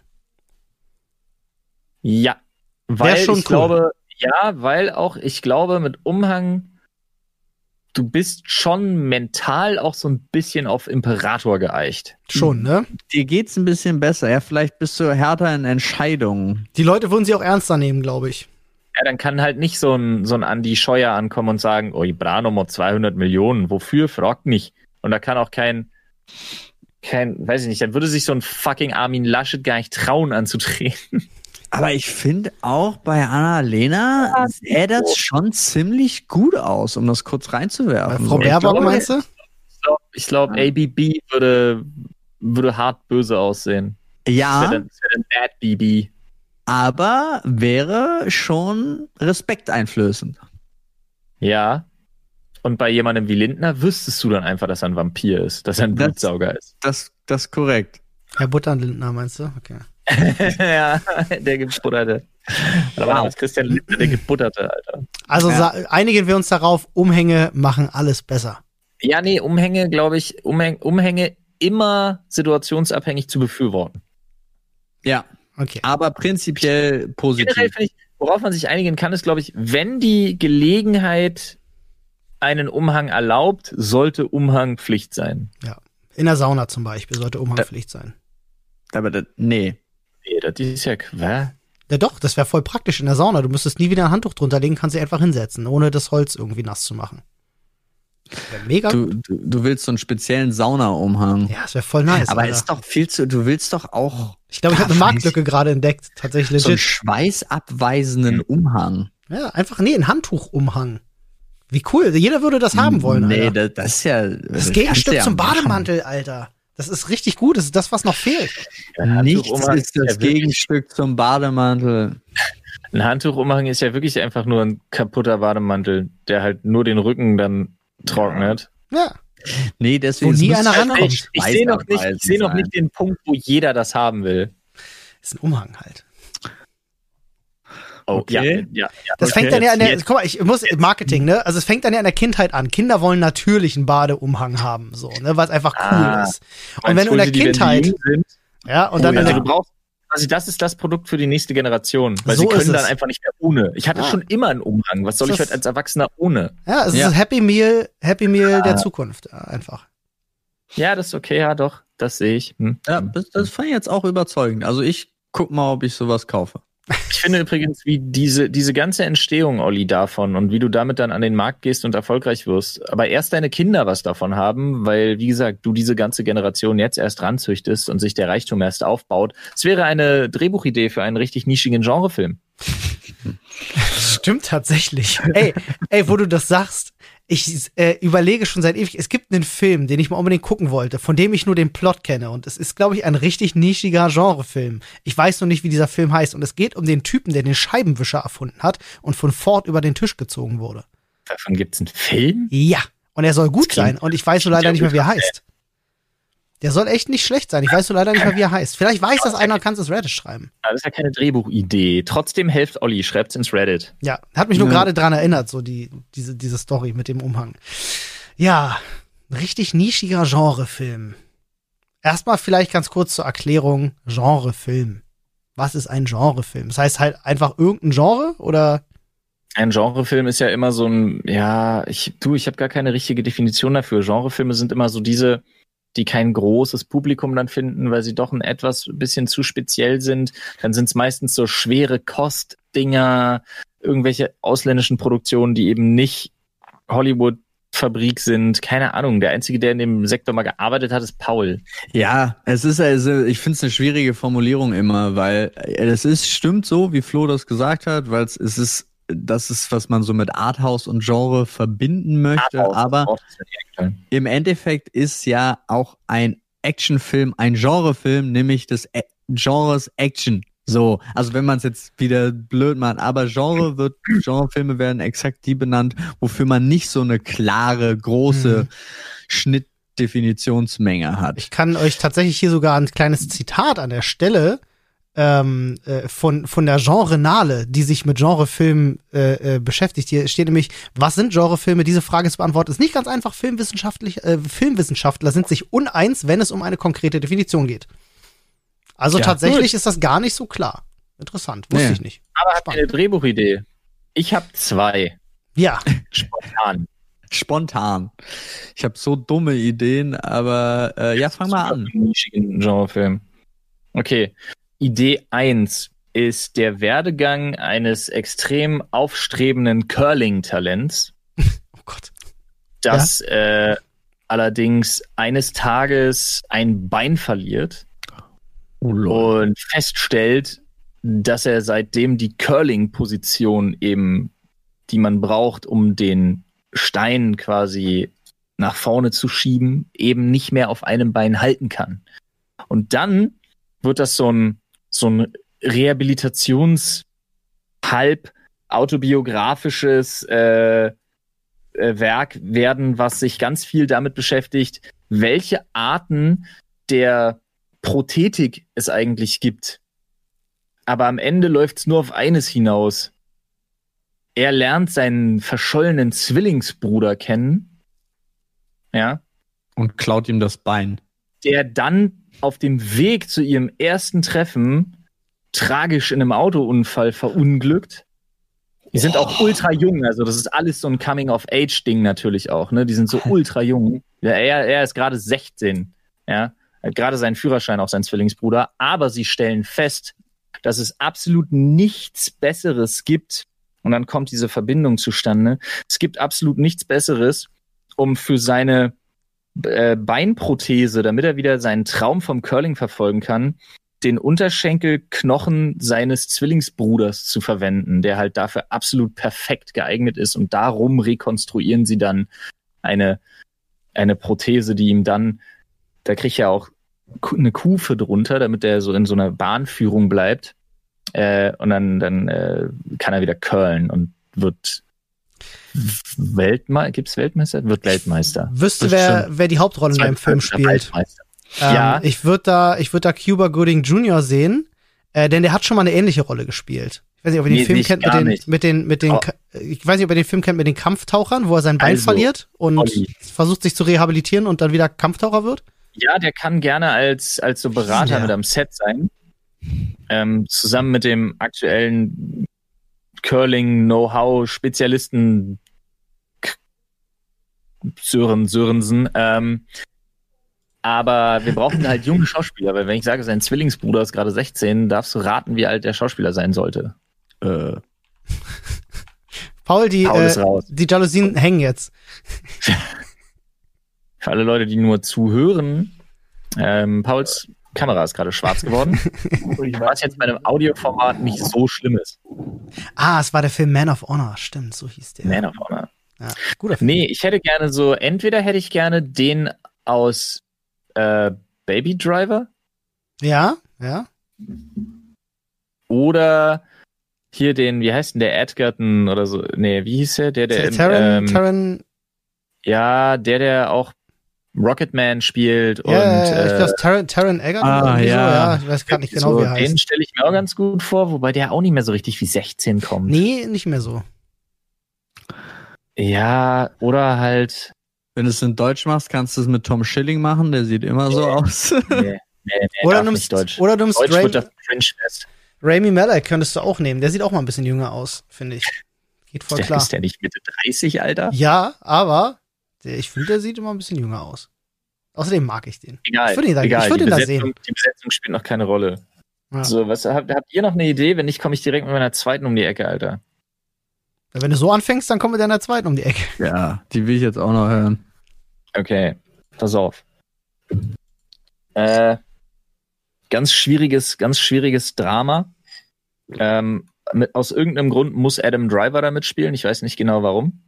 Ja, weil schon ich cool. glaube, ja, weil auch ich glaube, mit Umhang, du bist schon mental auch so ein bisschen auf Imperator geeicht. Schon, ne? Dir geht's ein bisschen besser. Ja, vielleicht bist du härter in Entscheidungen. Die Leute würden sie auch ernster nehmen, glaube ich. Ja, dann kann halt nicht so ein, so ein Andi Scheuer ankommen und sagen, oh, ich brauche nochmal zweihundert Millionen. Wofür? Fragt nicht. Und da kann auch kein, kein, weiß ich nicht, dann würde sich so ein fucking Armin Laschet gar nicht trauen anzutreten. Aber ich finde auch bei Annalena sähe das schon ziemlich gut aus, um das kurz Bei reinzuwerfen. Frau So. Baerbock, glaube, meinst du? Ich glaube, ich glaub, A B B würde, würde hart böse aussehen. Das wäre Ja, dann, das wär dann Bad B B. aber wäre schon respekteinflößend. Ja. Und bei jemandem wie Lindner wüsstest du dann einfach, dass er ein Vampir ist, dass er ein Das- Blutsauger ist. Das, das ist korrekt. Herr Butternlindner, meinst du? Okay. Ja, der gebutterte. Aber wow. Christian Lindner, der gebutterte, Alter. Also Ja. sa- einigen wir uns darauf, Umhänge machen alles besser. Ja, nee, Umhänge, glaube ich, Umhänge, Umhänge immer situationsabhängig zu befürworten. Ja, Okay. aber prinzipiell positiv. Generell finde ich, worauf man sich einigen kann, ist, glaube ich, wenn die Gelegenheit einen Umhang erlaubt, sollte Umhang Pflicht sein. Ja. In der Sauna zum Beispiel sollte Umhangpflicht sein. Aber das, nee. Nee, das ist ja Quatsch. Ja doch, das wäre voll praktisch in der Sauna. Du müsstest nie wieder ein Handtuch drunter legen, kannst dich einfach hinsetzen, ohne das Holz irgendwie nass zu machen. Wär mega. Du, du, du willst so einen speziellen Saunaumhang. Ja, das wäre voll nice. Aber Alter. ist doch viel zu, du willst doch auch Ich glaube, ich habe eine Marktlücke gerade entdeckt. Tatsächlich so einen legit. schweißabweisenden Umhang. Ja, einfach, nee, ein Handtuchumhang. Wie cool. Jeder würde das haben wollen, Nee, Alter. das, das ist ja. Das ist Gegenstück zum Bademantel, Alter. Das ist richtig gut. Das ist das, was noch fehlt. Ein Nichts Handtuchumhang ist das ja wirklich- Gegenstück zum Bademantel. Ein Handtuchumhang ist ja wirklich einfach nur ein kaputter Bademantel, der halt nur den Rücken dann trocknet. Ja. Nee, deswegen. Wo nie es muss einer schon rankommt. Ich, ich sehe noch nicht, ich seh noch sein. nicht den Punkt, wo jeder das haben will. Ist ein Umhang halt. Oh, Okay. ja, ja, ja. Das Okay. fängt dann ja an der, Jetzt- guck mal, ich muss, Marketing, ne? Also es fängt dann ja in der Kindheit an. Kinder wollen natürlich einen Badeumhang haben, so, ne? Weil es einfach cool Ah. ist. Und wenn du in der Meinst die, wenn die Kindheit, jung sind? ja, und Oh, dann ja. in Also der, du brauchst, also das ist das Produkt für die nächste Generation, weil So sie können ist dann es. einfach nicht mehr ohne. Ich hatte Ah. schon immer einen Umhang. Was soll Das ich ist- heute als Erwachsener ohne? ja, es ist Ja. das Happy Meal, Happy Meal der Ah. Zukunft, ja, einfach. Ja, das ist okay, ja doch, das sehe ich. Hm. Ja, das, das fand ich jetzt auch überzeugend. Also ich guck mal, ob ich sowas kaufe. Ich finde übrigens, wie diese, diese ganze Entstehung, Olli, davon und wie du damit dann an den Markt gehst und erfolgreich wirst, aber erst deine Kinder was davon haben, weil, wie gesagt, du diese ganze Generation jetzt erst ranzüchtest und sich der Reichtum erst aufbaut. Es wäre eine Drehbuchidee für einen richtig nischigen Genrefilm. Stimmt tatsächlich. ey, ey, wo du das sagst, ich äh, überlege schon seit ewig, es gibt einen Film, den ich mal unbedingt gucken wollte, von dem ich nur den Plot kenne. Und es ist, glaube ich, ein richtig nischiger Genrefilm. Ich weiß noch nicht, wie dieser Film heißt. Und es geht um den Typen, der den Scheibenwischer erfunden hat und von Ford über den Tisch gezogen wurde. Davon gibt's einen Film? Ja. Und er soll gut Das klingt- sein. Und ich weiß so leider nicht mehr, wie er heißt. Der soll echt nicht schlecht sein. Ich weiß so leider nicht mehr, wie er heißt. Vielleicht weiß das einer und kann es ins Reddit schreiben. Ah, das ist ja keine Drehbuchidee. Trotzdem helft Olli, schreibt's ins Reddit. Ja, hat mich nur Ja. gerade dran erinnert, so die, diese, diese Story mit dem Umhang. Ja, ein richtig nischiger Genrefilm. Erstmal vielleicht ganz kurz zur Erklärung, Genrefilm. Was ist ein Genrefilm? Das heißt halt einfach irgendein Genre oder? Ein Genrefilm ist ja immer so ein, ja, ich, du, ich habe gar keine richtige Definition dafür. Genrefilme sind immer so diese, die kein großes Publikum dann finden, weil sie doch ein etwas bisschen zu speziell sind. Dann sind es meistens so schwere Kostdinger, irgendwelche ausländischen Produktionen, die eben nicht Hollywood-Fabrik sind. Keine Ahnung. Der Einzige, der in dem Sektor mal gearbeitet hat, ist Paul. Ja, es ist also, ich finde es eine schwierige Formulierung immer, weil es ist, stimmt so, wie Flo das gesagt hat, weil es es ist, das ist, was man so mit Arthouse und Genre verbinden möchte, Arthouse, aber das Wort ist mir nicht eingefallen. im Endeffekt ist ja auch ein Actionfilm ein Genrefilm, nämlich des A- Genres Action. So, also wenn man es jetzt wieder blöd macht, aber Genre wird, Genrefilme werden exakt die benannt, wofür man nicht so eine klare, große Mhm. Schnittdefinitionsmenge hat. Ich kann euch tatsächlich hier sogar ein kleines Zitat an der Stelle ähm, äh, von, von der Genrenale, die sich mit Genrefilmen äh, äh, beschäftigt. Hier steht nämlich, was sind Genrefilme? Diese Frage zu beantworten ist nicht ganz einfach. Filmwissenschaftlich, äh, Filmwissenschaftler sind sich uneins, wenn es um eine konkrete Definition geht. Also Ja, tatsächlich ist das gar nicht so klar. Interessant, wusste Nee. ich nicht. Aber habt ihr Spannend. eine Drehbuchidee? Ich habe zwei. Ja, Spontan. Spontan. Ich habe so dumme Ideen, aber äh, ja, fang mal an. Super nischigen Genrefilm. Okay. Idee eins ist der Werdegang eines extrem aufstrebenden Curling-Talents, oh Gott. das äh, allerdings eines Tages ein Bein verliert Oh, lol. und feststellt, dass er seitdem die Curling-Position eben, die man braucht, um den Stein quasi nach vorne zu schieben, eben nicht mehr auf einem Bein halten kann. Und dann wird das so ein, so ein Rehabilitations- halb autobiografisches äh, äh, Werk werden, was sich ganz viel damit beschäftigt, welche Arten der Prothetik es eigentlich gibt. Aber am Ende läuft es nur auf eines hinaus. Er lernt seinen verschollenen Zwillingsbruder kennen. Ja. Und klaut ihm das Bein. der dann auf dem Weg zu ihrem ersten Treffen tragisch in einem Autounfall verunglückt. Die sind auch ultra jung, also das ist alles so ein Coming-of-Age-Ding natürlich auch, ne? Die sind so ultra jung. Ja, er, er ist gerade sechzehn, ja. Er hat gerade seinen Führerschein, auch sein Zwillingsbruder, aber sie stellen fest, dass es absolut nichts Besseres gibt, und dann kommt diese Verbindung zustande, es gibt absolut nichts Besseres, um für seine äh, Beinprothese, damit er wieder seinen Traum vom Curling verfolgen kann, den Unterschenkelknochen seines Zwillingsbruders zu verwenden, der halt dafür absolut perfekt geeignet ist, und darum rekonstruieren sie dann eine, eine Prothese, die ihm dann, da kriegt er auch eine Kufe drunter, damit er so in so einer Bahnführung bleibt. Äh, und dann, dann äh, kann er wieder curlen und wird Weltmeister. Gibt's Weltmeister? Wird Weltmeister. Ich wüsste, wer, wer die Hauptrolle in deinem Film spielt. Ähm, ja. Ich würde da, ich würde da Cuba Gooding Junior sehen, äh, denn der hat schon mal eine ähnliche Rolle gespielt. Ich weiß nicht, ob ihr den Nee, Film nicht, kennt mit gar den, nicht. mit den, mit den, Oh. Ka- ich weiß nicht, ob ihr den Film kennt mit den Kampftauchern, wo er sein Bein Also, verliert und Olli. versucht sich zu rehabilitieren und dann wieder Kampftaucher wird. Ja, der kann gerne als, als so Berater Ja. mit am Set sein. Ähm, zusammen mit dem aktuellen Curling-Know-how-Spezialisten K- Sören Sörensen. Ähm, aber wir brauchen halt junge Schauspieler, weil wenn ich sage, sein Zwillingsbruder ist gerade sechzehn, darfst du raten, wie alt der Schauspieler sein sollte. Äh, Paul, die, Paul ist äh, raus. die Jalousien hängen jetzt. Für alle Leute, die nur zuhören, ähm, Pauls Kamera ist gerade schwarz geworden. Was jetzt bei einem Audioformat nicht so schlimm ist. Ah, es war der Film Man of Honor. Stimmt, so hieß der. Man of Honor. Ja, guter Film. Nee, ich hätte gerne so, entweder hätte ich gerne den aus äh, Baby Driver Ja, ja. oder hier den, wie heißt denn der, Edgerton oder so, nee, wie hieß der? Der, der, in, Taron, ähm, Taron, ja, der, der auch Rocketman spielt und ja, ich äh, glaube, Taron, Taron Egerton Ah, irgendwie ja. so, ja. Ich weiß gerade nicht genau, so, wie er den heißt. stelle ich mir auch ganz gut vor, wobei der auch nicht mehr so richtig wie sechzehn kommt. Nee, nicht mehr so. Ja, oder halt, Wenn du es in Deutsch machst, kannst du es mit Tom Schilling machen, der sieht immer so aus. nee, nee, nee, Oder darf nimmst, nicht Deutsch. oder nimmst Deutsch Ray, wird das Cringe-Fest. Rami Malek könntest du auch nehmen. Der sieht auch mal ein bisschen jünger aus, finde ich. Geht voll Der, klar. ist der nicht Mitte dreißig, Alter? Ja, aber der, ich finde, der sieht immer ein bisschen jünger aus. Außerdem mag ich den. Egal, Ich würde ihn da, egal. ich würde die, ihn da Besetzung, sehen. die Besetzung spielt noch keine Rolle. Ja. So, was habt, habt ihr noch eine Idee? Wenn nicht, komme ich direkt mit meiner zweiten um die Ecke, Alter. Wenn du so anfängst, dann kommen wir deiner zweiten um die Ecke. Ja, die will ich jetzt auch noch hören. Okay, pass auf. Äh, ganz schwieriges, ganz schwieriges Drama. Ähm, mit, aus irgendeinem Grund muss Adam Driver da mitspielen. Ich weiß nicht genau warum.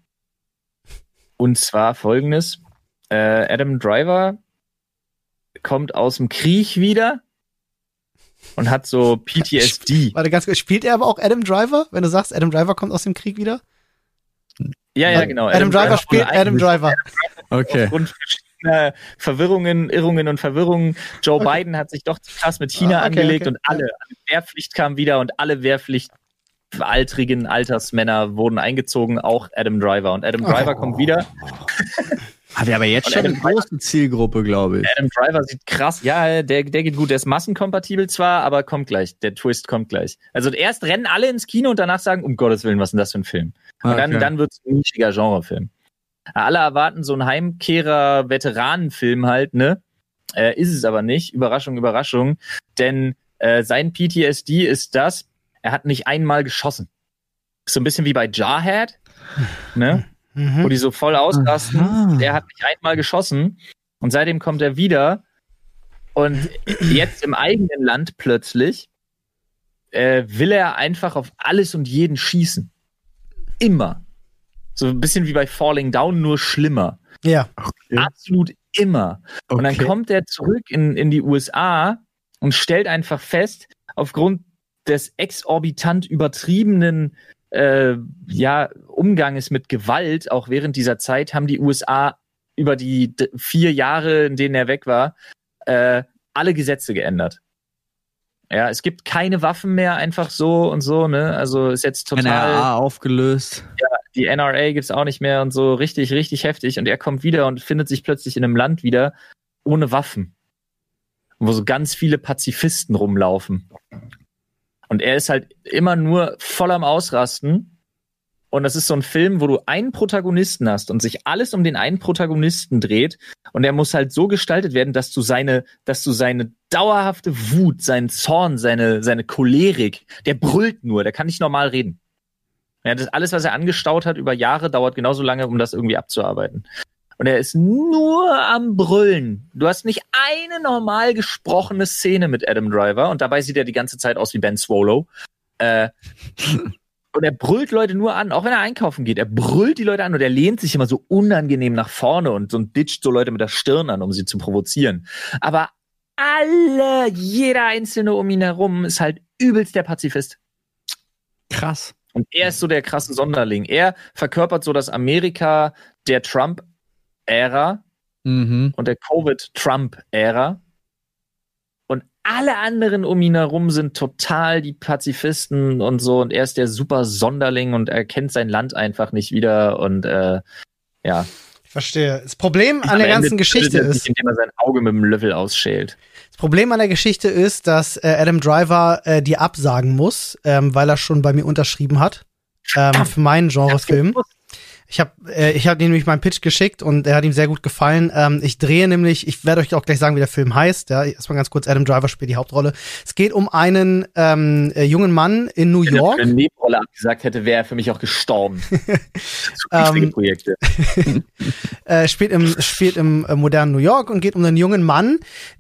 Und zwar folgendes. Äh, Adam Driver kommt aus dem Krieg wieder und hat so P T S D. Warte, ganz kurz, spielt er aber auch Adam Driver? Wenn du sagst, Adam Driver kommt aus dem Krieg wieder? Ja, ja, genau. Adam, Driver spielt wurde Adam Driver. Okay. Aufgrund verschiedener Verwirrungen, Irrungen und Verwirrungen. Joe Okay. Biden hat sich doch zu krass mit China Ah, okay, angelegt okay, und alle, alle Wehrpflicht kam wieder und alle Wehrpflichtaltrigen Altersmänner wurden eingezogen, auch Adam Driver. Und Adam Driver Oh. kommt wieder. Haben wir aber jetzt Und schon eine Adam Driver- große Zielgruppe, glaube ich. Adam Driver sieht krass, ja, der, der geht gut, der ist massenkompatibel zwar, aber kommt gleich, der Twist kommt gleich. Also erst rennen alle ins Kino und danach sagen, um Gottes Willen, was ist denn das für ein Film? Und dann, Okay. dann wird's ein nischiger Genrefilm. Alle erwarten so einen Heimkehrer-Veteranenfilm halt, ne? Äh, ist es aber nicht. Überraschung, Überraschung. Denn äh, sein P T S D ist das, er hat nicht einmal geschossen. So ein bisschen wie bei Jarhead, ne? Mhm. Wo die so voll ausrasten. Aha. Der hat nicht einmal geschossen. Und seitdem kommt er wieder. Und jetzt im eigenen Land plötzlich äh, will er einfach auf alles und jeden schießen. Immer. So ein bisschen wie bei Falling Down, nur schlimmer. Ja. Ja. Absolut immer. Und dann Okay. kommt er zurück in, in die U S A und stellt einfach fest, aufgrund des exorbitant übertriebenen äh, ja, Umganges mit Gewalt, auch während dieser Zeit, haben die U S A über die d- vier Jahre, in denen er weg war, äh, alle Gesetze geändert. Ja, es gibt keine Waffen mehr einfach so und so, ne? Also ist jetzt N R total. A aufgelöst. Die N R A gibt's auch nicht mehr und so richtig, richtig heftig. Und er kommt wieder und findet sich plötzlich in einem Land wieder ohne Waffen. wo so ganz viele Pazifisten rumlaufen. Und er ist halt immer nur voll am Ausrasten. Und das ist so ein Film, wo du einen Protagonisten hast und sich alles um den einen Protagonisten dreht. Und er muss halt so gestaltet werden, dass du seine, dass du seine dauerhafte Wut, seinen Zorn, seine, seine Cholerik, der brüllt nur, der kann nicht normal reden. Ja, das alles, was er angestaut hat über Jahre, dauert genauso lange, um das irgendwie abzuarbeiten. Und er ist nur am Brüllen. Du hast nicht eine normal gesprochene Szene mit Adam Driver. Und dabei sieht er die ganze Zeit aus wie Ben Swallow. Äh, und er brüllt Leute nur an, auch wenn er einkaufen geht. Er brüllt die Leute an und er lehnt sich immer so unangenehm nach vorne und, und ditcht so Leute mit der Stirn an, um sie zu provozieren. Aber alle, jeder Einzelne um ihn herum ist halt übelst der Pazifist. Krass. Und er ist so der krasse Sonderling. Er verkörpert so das Amerika der Trump-Ära Mhm. und der Covid-Trump-Ära. Und alle anderen um ihn herum sind total die Pazifisten und so. Und er ist der super Sonderling und er kennt sein Land einfach nicht wieder. Und äh, ja. Ich verstehe. Das Problem an Am der Ende ganzen Geschichte tötet er sich, ist, indem er sein Auge mit dem Löffel ausschält. das Problem an der Geschichte ist, dass äh, Adam Driver äh, die absagen muss, ähm, weil er schon bei mir unterschrieben hat ähm, für meinen Genrefilm. Ich habe äh, ich hab ihm nämlich meinen Pitch geschickt und er hat ihm sehr gut gefallen. Ähm, ich drehe nämlich, ich werde euch auch gleich sagen, wie der Film heißt. Ja, erstmal ganz kurz, Adam Driver spielt die Hauptrolle. Es geht um einen ähm, äh, jungen Mann in New Wenn York. er eine Nebenrolle abgesagt hätte, wäre er für mich auch gestorben. Zu wichtige Ähm, Projekte. äh, spielt im spielt im äh, modernen New York und geht um einen jungen Mann,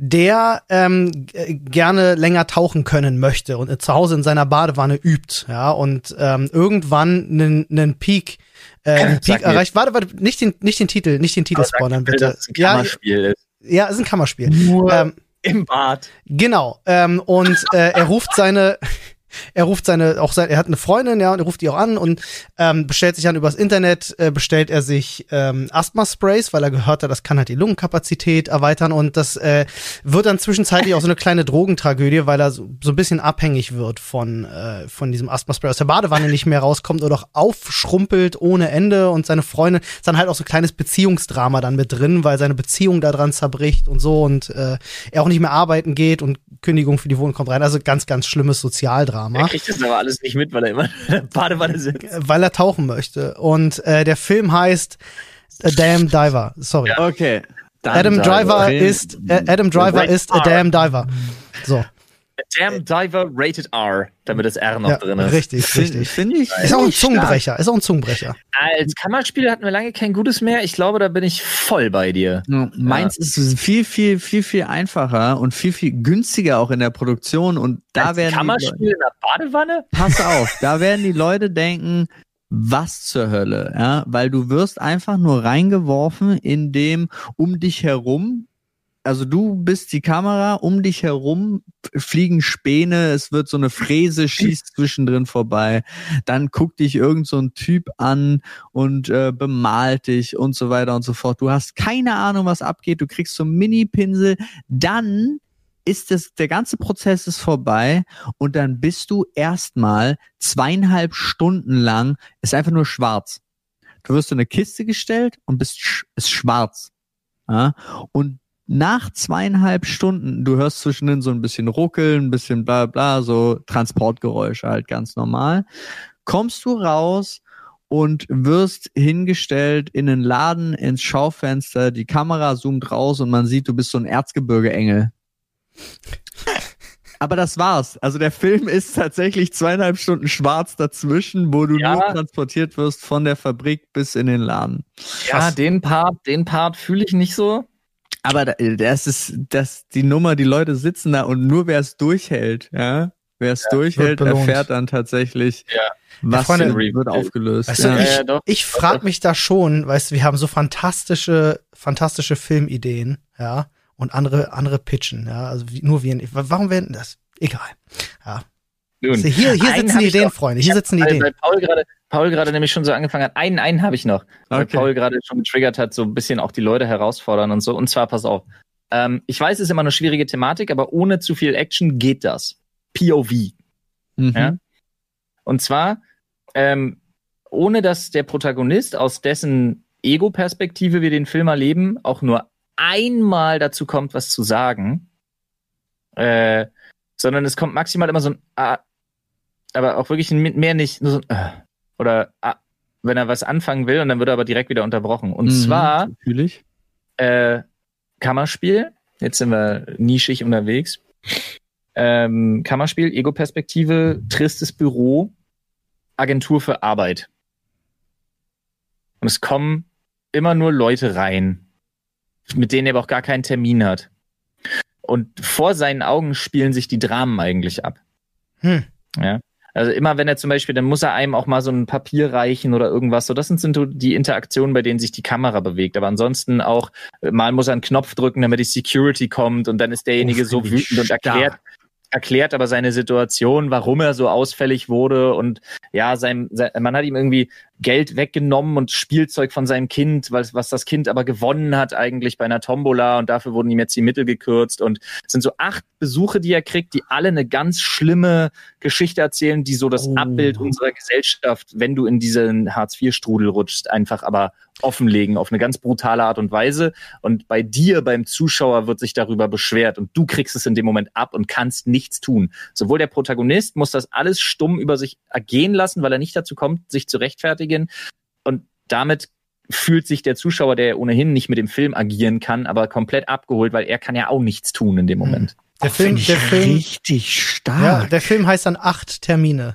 der ähm, g- gerne länger tauchen können möchte und äh, zu Hause in seiner Badewanne übt, ja, und ähm, irgendwann einen einen Peak äh, einen Sag Peak mir. erreicht. Warte, warte, nicht den nicht den Titel, nicht den Titel Aber sag spoilern, mir, bitte. dass es ein Ja, Kammerspiel ist. ja, ist ein Kammerspiel. Nur Ähm, im Bad. Genau. Ähm, und äh, er ruft seine, er ruft seine, auch sein, er hat eine Freundin, ja, und er ruft die auch an und ähm, bestellt sich dann übers Internet, äh, bestellt er sich ähm, Asthma-Sprays, weil er gehört hat, das kann halt die Lungenkapazität erweitern und das äh, wird dann zwischenzeitlich auch so eine kleine Drogentragödie, weil er so, so ein bisschen abhängig wird von äh, von diesem Asthma-Spray, aus der Badewanne nicht mehr rauskommt oder auch aufschrumpelt ohne Ende und seine Freundin, ist dann halt auch so ein kleines Beziehungsdrama dann mit drin, weil seine Beziehung daran zerbricht und so und äh, er auch nicht mehr arbeiten geht und Kündigung für die Wohnung kommt rein, also ganz, ganz schlimmes Sozialdrama. Er kriegt das aber alles nicht mit, weil er immer in der Badewanne sitzt. Weil er tauchen möchte. Und äh, der Film heißt A Damn Diver. Sorry. Okay. Dann Adam Driver Film. ist äh, Adam Driver ist A Damn Diver. So. Damn Diver Rated R, damit das R noch Ja, drin ist. richtig, Finde richtig. find ich. Ist auch ein nicht stark. Zungenbrecher. Ist auch ein Zungenbrecher. Als Kammerspiel hatten wir lange kein gutes mehr. Ich glaube, da bin ich voll bei dir. Ja, meins ist viel, viel, viel, viel einfacher und viel, viel günstiger auch in der Produktion und da Als werden die Kammerspiel in der Badewanne? Pass auf, da werden die Leute denken, was zur Hölle, ja, weil du wirst einfach nur reingeworfen, in dem um dich herum, also du bist die Kamera, um dich herum fliegen Späne, es wird so eine Fräse, schießt zwischendrin vorbei, dann guckt dich irgend so ein Typ an und äh, bemalt dich und so weiter und so fort. Du hast keine Ahnung, was abgeht, du kriegst so einen Mini-Pinsel, dann ist es, der ganze Prozess ist vorbei und dann bist du erstmal zweieinhalb Stunden lang, ist einfach nur schwarz. Du wirst in eine Kiste gestellt und bist sch- ist schwarz. Ja? Und nach zweieinhalb Stunden, du hörst zwischendrin so ein bisschen ruckeln, ein bisschen bla bla, so Transportgeräusche halt ganz normal, kommst du raus und wirst hingestellt in einen Laden, ins Schaufenster, die Kamera zoomt raus und man sieht, du bist so ein Erzgebirge-Engel. Aber das war's. Also der Film ist tatsächlich zweieinhalb Stunden schwarz dazwischen, wo du Ja. nur transportiert wirst von der Fabrik bis in den Laden. Ja, den Part, den Part fühle ich nicht so. Aber da- das ist das die Nummer, die Leute sitzen da und nur wer es durchhält, ja, wer es durchhält, wird belohnt. erfährt dann tatsächlich, Ja. was Ja, Freunde, wird aufgelöst. Weißt du, ja. ich, Ja, ja, doch. ich frage mich da schon, weißt du, wir haben so fantastische, fantastische Filmideen, ja, und andere, andere pitchen, ja, also wie, nur wir, warum werden das? Egal, ja. Nun, Also hier, hier einen sitzen hab die ich Ideen, noch. Freunde, hier Ich hab- sitzen die weil, Ideen. weil Paul gerade, Paul gerade nämlich schon so angefangen hat. Einen, einen habe ich noch. Weil Okay. Paul gerade schon getriggert hat, so ein bisschen auch die Leute herausfordern und so. Und zwar, pass auf. Ähm, ich weiß, es ist immer eine schwierige Thematik, aber ohne zu viel Action geht das. P O V. Mhm. Ja? Und zwar, ähm, ohne dass der Protagonist, aus dessen Ego-Perspektive wir den Film erleben, auch nur einmal dazu kommt, was zu sagen, Äh, sondern es kommt maximal immer so ein Ah, aber auch wirklich ein, mehr nicht, nur so ein äh, oder ah, wenn er was anfangen will und dann wird er aber direkt wieder unterbrochen. Und Mhm, zwar natürlich. äh, Kammerspiel, jetzt sind wir nischig unterwegs. Ähm, Kammerspiel, Ego-Perspektive, tristes Büro, Agentur für Arbeit. Und es kommen immer nur Leute rein, mit denen er aber auch gar keinen Termin hat. Und vor seinen Augen spielen sich die Dramen eigentlich ab. Hm. Ja. Also immer wenn er zum Beispiel, dann muss er einem auch mal so ein Papier reichen oder irgendwas. So, das sind, sind so die Interaktionen, bei denen sich die Kamera bewegt. Aber ansonsten auch, mal muss er einen Knopf drücken, damit die Security kommt und dann ist derjenige Oh, so find ich wütend und erklärt, erklärt aber seine Situation, warum er so ausfällig wurde und ja, sein, sein, man hat ihm irgendwie Geld weggenommen und Spielzeug von seinem Kind, was, was das Kind aber gewonnen hat eigentlich bei einer Tombola und dafür wurden ihm jetzt die Mittel gekürzt und es sind so acht Besuche, die er kriegt, die alle eine ganz schlimme Geschichte erzählen, die so das Oh. Abbild unserer Gesellschaft, wenn du in diesen Hartz vier Strudel rutschst, einfach aber offenlegen auf eine ganz brutale Art und Weise und bei dir, beim Zuschauer wird sich darüber beschwert und du kriegst es in dem Moment ab und kannst nichts tun. Sowohl der Protagonist muss das alles stumm über sich ergehen lassen, weil er nicht dazu kommt, sich zu rechtfertigen und damit fühlt sich der Zuschauer, der ohnehin nicht mit dem Film agieren kann, aber komplett abgeholt, weil er kann ja auch nichts tun in dem Moment. Der Oh, Film, find ich der Film, richtig ja, stark. der Film heißt dann Acht Termine.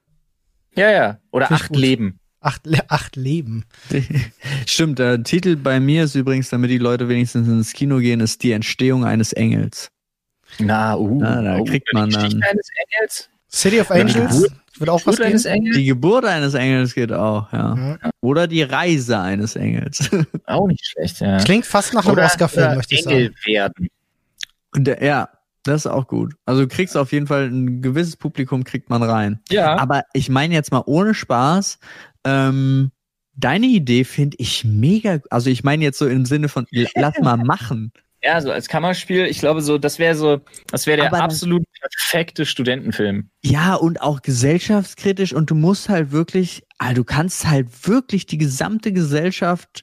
Ja, ja. Oder Find ich acht gut. Leben. Acht, Le- acht Leben. Stimmt, der Titel bei mir ist übrigens, damit die Leute wenigstens ins Kino gehen, ist Die Entstehung eines Engels. Na, uh. Na, da oh, kriegt man die Geschichte dann- eines Engels. City of Ja, die Angels Geburt- wird auch was Geburt eines gehen. Engels? Die Geburt eines Engels geht auch, ja. Ja. Oder die Reise eines Engels. Auch nicht schlecht, ja. Klingt fast nach einem Oder, Oscar-Film, oder möchte ich Engel sagen. werden. Und der, ja, das ist auch gut. Also du kriegst auf jeden Fall ein gewisses Publikum kriegt man rein. Ja. Aber ich meine jetzt mal ohne Spaß, ähm, deine Idee finde ich mega, also ich meine jetzt so im Sinne von, l- lass mal machen. Ja, so als Kammerspiel, ich glaube so, das wäre so, das wäre der Aber dann- absolut perfekte Studentenfilm. Ja, und auch gesellschaftskritisch und du musst halt wirklich, also du kannst halt wirklich die gesamte Gesellschaft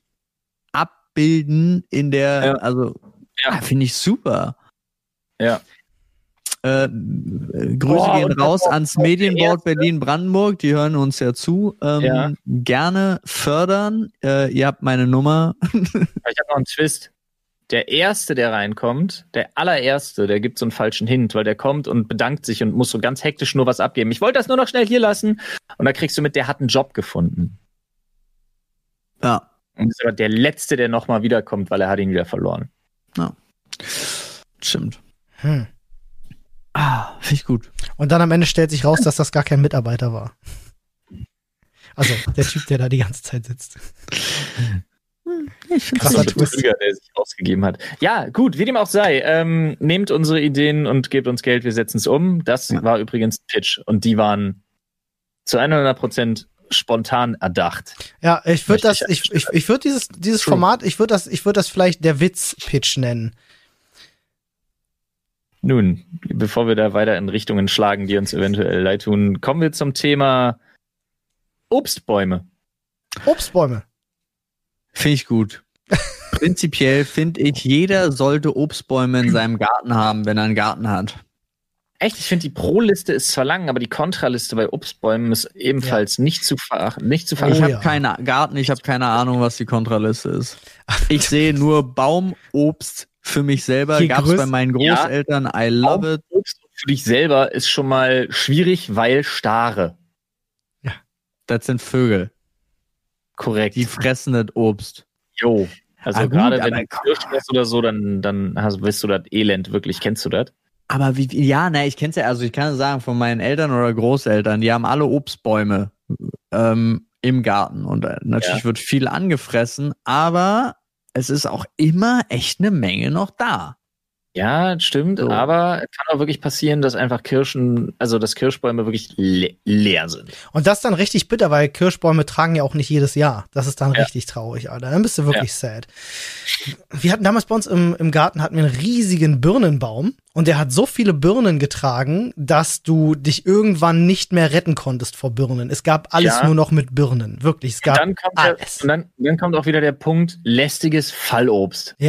abbilden in der, Ja. also, Ja. ja, finde ich super. Ja. Äh, Grüße Boah, gehen und raus das war ans auch der Medienboard erste. Berlin-Brandenburg, die hören uns ja zu. Ähm, Ja. Gerne fördern. Äh, ihr habt meine Nummer. Aber ich habe noch einen Twist. Der Erste, der reinkommt, der allererste, der gibt so einen falschen Hint, weil der kommt und bedankt sich und muss so ganz hektisch nur was abgeben. Ich wollte das nur noch schnell hier lassen. Und da kriegst du mit, der hat einen Job gefunden. Ja. Und das ist aber der Letzte, der nochmal wiederkommt, weil er hat ihn wieder verloren. Stimmt. Hm. Ah, finde ich gut. Und dann am Ende stellt sich raus, dass das gar kein Mitarbeiter war. Also der Typ, der da die ganze Zeit sitzt. Ich finde Krasser Das ist ein Twist. Betrüger, der sich ausgegeben hat. Ja, gut, wie dem auch sei. Ähm, nehmt unsere Ideen und gebt uns Geld, wir setzen es um. Das Ja. war übrigens ein Pitch. Und die waren zu hundert Prozent spontan erdacht. Ja, ich würde das, Möchte ich ich, ich, ich würde dieses, dieses True. Format, ich würde das, ich würde das vielleicht der Witz-Pitch nennen. Nun, bevor wir da weiter in Richtungen schlagen, die uns eventuell leid tun, kommen wir zum Thema Obstbäume. Obstbäume. Finde ich gut. Prinzipiell finde ich, jeder sollte Obstbäume in seinem Garten haben, wenn er einen Garten hat. Echt, ich finde, die Pro-Liste ist zwar lang, aber die Kontraliste bei Obstbäumen ist ebenfalls nicht zu verachten. Nicht zu Oh, Ich verachten. habe ja. keine Garten, ich habe keine Ahnung, was die Kontraliste ist. Ich sehe nur Baumobst für mich selber. Je Gab es größ- bei meinen Großeltern. I love it. Obst für dich selber ist schon mal schwierig, weil Stare. Das sind Vögel. Korrekt. Die fressen das Obst. Jo. Also Ah, gut, gerade wenn aber du Kirschen isst oder so, dann, dann hast, bist du das Elend wirklich. Kennst du das? Aber wie, ja, ne, ich kenn's ja, also ich kann sagen, von meinen Eltern oder Großeltern, die haben alle Obstbäume ähm, im Garten und äh, natürlich Ja. wird viel angefressen, aber es ist auch immer echt eine Menge noch da. Ja, stimmt, So. aber es kann auch wirklich passieren, dass einfach Kirschen, also dass Kirschbäume wirklich le leer sind. Und das ist dann richtig bitter, weil Kirschbäume tragen ja auch nicht jedes Jahr. Das ist dann Ja. richtig traurig, Alter. Dann bist du wirklich sad. Wir hatten damals bei uns im, im Garten hatten wir einen riesigen Birnenbaum und der hat so viele Birnen getragen, dass du dich irgendwann nicht mehr retten konntest vor Birnen. Es gab alles Ja. nur noch mit Birnen. Wirklich, es gab Dann kommt, der, alles. und dann, dann kommt auch wieder der Punkt, lästiges Fallobst. Ja,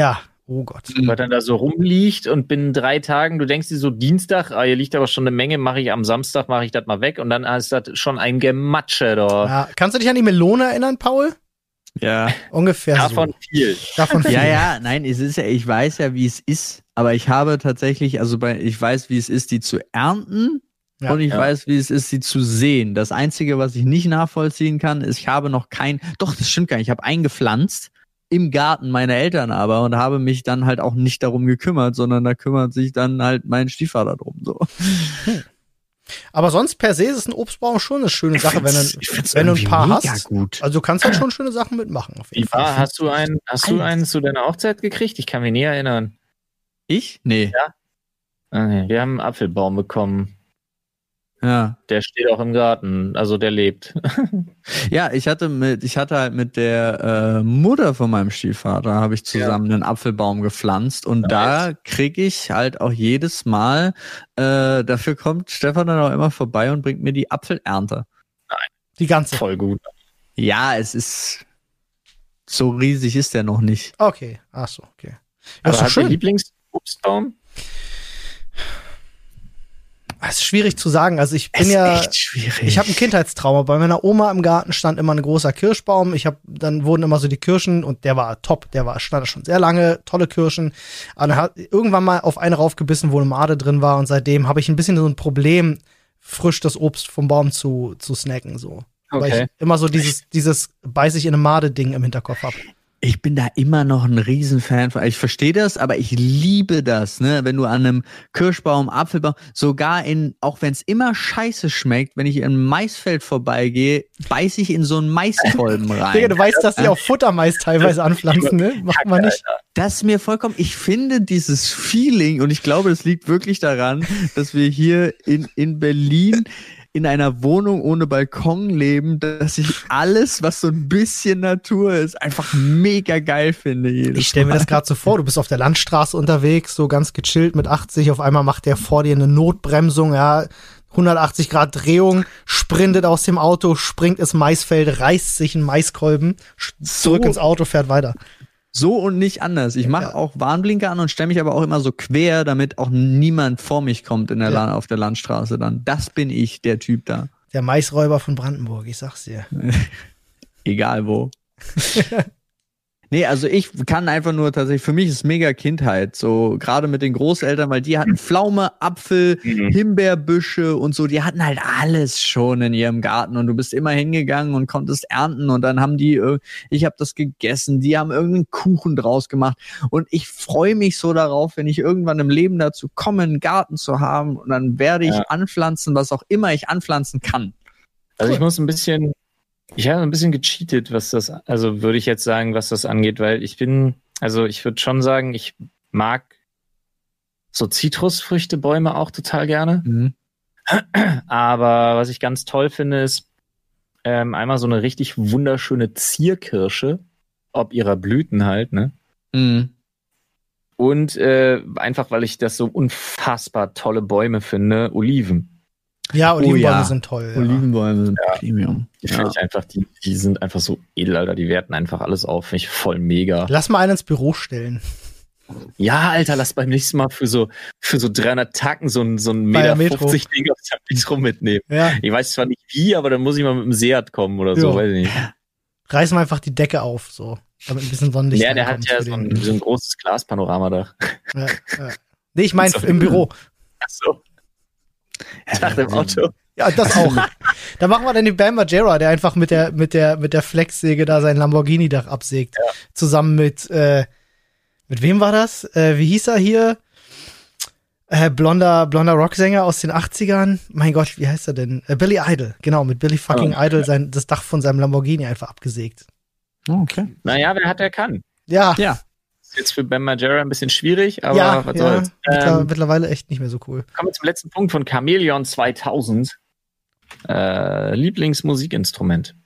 Oh Gott. Was dann da so rumliegt und binnen drei Tagen, du denkst dir so Dienstag, ah, hier liegt aber schon eine Menge, mache ich am Samstag, mache ich das mal weg und dann ist das schon ein Gematsche da. Ja, kannst du dich an die Melone erinnern, Paul? Ja. Ungefähr Davon so. viel. Davon viel. Ja, ja, nein, es ist ja, ich weiß ja, wie es ist, aber ich habe tatsächlich, also bei, ich weiß, wie es ist, die zu ernten Ja. und ich Ja. weiß, wie es ist, sie zu sehen. Das Einzige, was ich nicht nachvollziehen kann, ist, ich habe noch kein, doch, das stimmt gar nicht, ich habe eingepflanzt im Garten meiner Eltern aber und habe mich dann halt auch nicht darum gekümmert, sondern da kümmert sich dann halt mein Stiefvater drum, so. Aber sonst per se ist es ein Obstbaum schon eine schöne Sache, wenn du, Ich find's wenn du ein irgendwie paar mega hast. gut. Also du kannst halt schon schöne Sachen mitmachen. Auf jeden Wie war, Fall. hast du einen, hast du einen zu deiner Hochzeit gekriegt? Ich kann mich nie erinnern. Ich? Nee. Ah, nee, wir haben einen Apfelbaum bekommen. Ja. Der steht auch im Garten, also der lebt. Ja, ich hatte mit, ich hatte halt mit der äh, Mutter von meinem Stiefvater habe ich zusammen einen Apfelbaum gepflanzt und Nice. da krieg ich halt auch jedes Mal, äh, dafür kommt Stefan dann auch immer vorbei und bringt mir die Apfelernte. Die ganze. Voll gut. Ja, es ist so riesig ist der noch nicht. Okay, ach so, okay. Aber Das ist doch hast du schön. Lieblingsobstbaum? Das ist schwierig zu sagen. Also ich bin Es ist ja, echt schwierig. ich habe ein Kindheitstrauma. Bei meiner Oma im Garten stand immer ein großer Kirschbaum. Ich habe, dann wurden immer so die Kirschen und der war top. Der war stand schon sehr lange, tolle Kirschen. Aber dann hat irgendwann mal auf eine raufgebissen, wo eine Made drin war und seitdem habe ich ein bisschen so ein Problem, frisch das Obst vom Baum zu zu snacken so. Weil Okay. ich immer so dieses dieses beiß ich in eine Made Ding im Hinterkopf habe. Ich bin da immer noch ein Riesenfan von. Ich verstehe das, aber ich liebe das, ne? Wenn du an einem Kirschbaum, Apfelbaum, sogar in, auch wenn es immer scheiße schmeckt, wenn ich in einem Maisfeld vorbeigehe, beiß ich in so einen Maiskolben rein. Digga, du weißt, dass die auch Futtermais teilweise anpflanzen, ne? Macht man nicht. Das ist mir vollkommen, ich finde dieses Feeling, und ich glaube, es liegt wirklich daran, dass wir hier in, in Berlin in einer Wohnung ohne Balkon leben, dass ich alles, was so ein bisschen Natur ist, einfach mega geil finde. jedes Ich stelle mir Mal. das gerade so vor, du bist auf der Landstraße unterwegs, so ganz gechillt mit achtzig, auf einmal macht der vor dir eine Notbremsung, ja, hundertachtzig Grad Drehung, sprintet aus dem Auto, springt ins Maisfeld, reißt sich einen Maiskolben, sch- zurück So. ins Auto, fährt weiter. So und nicht anders. Ich mache Ja. auch Warnblinker an und stelle mich aber auch immer so quer, damit auch niemand vor mich kommt in der Ja. La- auf der Landstraße dann. Das bin ich, der Typ da. Der Maisräuber von Brandenburg, ich sag's dir. Egal wo. Nee, also ich kann einfach nur tatsächlich, für mich ist mega Kindheit, so gerade mit den Großeltern, weil die hatten Pflaume, Apfel, Mhm. Himbeerbüsche und so, die hatten halt alles schon in ihrem Garten und du bist immer hingegangen und konntest ernten und dann haben die, ir- ich habe das gegessen, die haben irgendeinen Kuchen draus gemacht und ich freue mich so darauf, wenn ich irgendwann im Leben dazu komme, einen Garten zu haben und dann werde ich Ja. anpflanzen, was auch immer ich anpflanzen kann. Also Cool. ich muss ein bisschen, ich habe ein bisschen gecheatet, was das, also würde ich jetzt sagen, was das angeht, weil ich bin, also ich würde schon sagen, ich mag so Zitrusfrüchtebäume auch total gerne. Mhm. Aber was ich ganz toll finde, ist ähm, einmal so eine richtig wunderschöne Zierkirsche, ob ihrer Blüten halt, ne? Mhm. Und äh, einfach, weil ich das so unfassbar tolle Bäume finde, Oliven. Ja, Olivenbäume ja. sind toll. Ja. Olivenbäume sind Premium. Die Ja. finde ich einfach, die, die sind einfach so edel, Alter. Die werten einfach alles auf. Finde ich voll mega. Lass mal einen ins Büro stellen. Ja, Alter, lass beim nächsten Mal für so, für so dreihundert Tacken so ein, so ein Bei der Meter Metro. fünfzig Ding aus der Metro mitnehmen. Ja, Ich weiß zwar nicht wie, aber dann muss ich mal mit dem Seat kommen oder so, Ja. weiß ich nicht. reißen wir einfach die Decke auf, so, damit ein bisschen Sonnenlicht Ja, der hat reinkommt ja für so den- ein, so ein großes Glaspanorama Ja, ja. Nee, ich meine So. im Büro. Ach so. Ich dachte im Auto. Ja, das auch. Da machen wir dann den Bam Margera, der einfach mit der mit der mit der Flexsäge da sein Lamborghini-Dach absägt, zusammen mit äh, mit wem war das? Äh, wie hieß er hier? Äh, blonder blonder Rocksänger aus den achtzigern. Mein Gott, wie heißt er denn? Äh, Billy Idol. Genau, mit Billy fucking Oh. Idol sein das Dach von seinem Lamborghini einfach abgesägt. Okay. Naja, wer hat, der kann. Ja, Ja. Ist jetzt für Ben Margera ein bisschen schwierig, aber ja, was ja. soll's. Mittler- Ähm, mittlerweile echt nicht mehr so cool. kommen wir zum letzten Punkt von Chameleon zweitausend. Äh, Lieblingsmusikinstrument.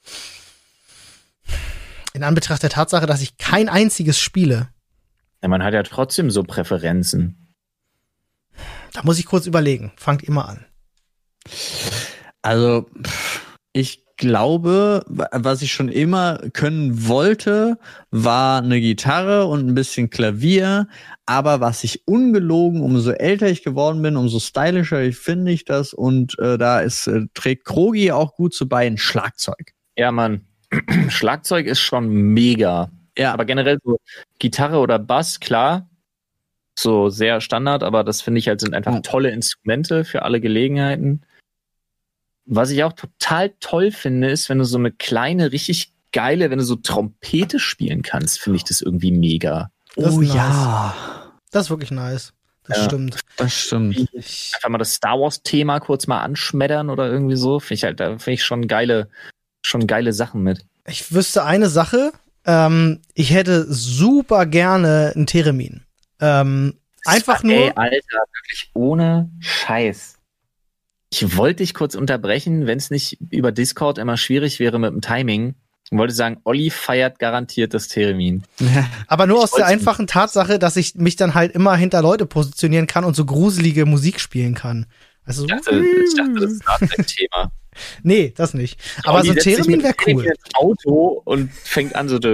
In Anbetracht der Tatsache, dass ich kein einziges spiele, Ja, man hat ja trotzdem so Präferenzen. da muss ich kurz überlegen. Fangt immer an. Also, pff, ich glaube, was ich schon immer können wollte, war eine Gitarre und ein bisschen Klavier. Aber was ich ungelogen, umso älter ich geworden bin, umso stylischer finde ich das. Und äh, da ist äh, trägt Krogi auch gut zu bei, ein Schlagzeug. Ja, Mann. Schlagzeug ist schon mega. Ja. Aber generell so Gitarre oder Bass, klar. So sehr Standard, aber das finde ich halt sind einfach Oh. tolle Instrumente für alle Gelegenheiten. Was ich auch total toll finde, ist, wenn du so eine kleine, richtig geile, wenn du so Trompete spielen kannst, finde ich das irgendwie mega. Das Oh ist nice. ja, Das ist wirklich nice. Das Ja. stimmt. das stimmt. Ich, Einfach mal das Star Wars Thema kurz mal anschmettern oder irgendwie so. Finde ich halt, da finde ich schon geile, schon geile Sachen mit. ich wüsste eine Sache. Ähm, ich hätte super gerne einen Theremin. Ähm, einfach nur. Ey, Alter, wirklich ohne Scheiß. Ich wollte dich kurz unterbrechen, wenn es nicht über Discord immer schwierig wäre mit dem Timing. Ich wollte sagen, Olli feiert garantiert das Theremin. Aber nur aus Ich der wollt's einfachen Tatsache, dass ich mich dann halt immer hinter Leute positionieren kann und so gruselige Musik spielen kann. Also, Ich dachte, ich dachte das ist Star Trek-Thema. nee, das nicht. Aber so ein Olli setzt sich Theremin mit wäre dem cool. ins Auto und fängt an so.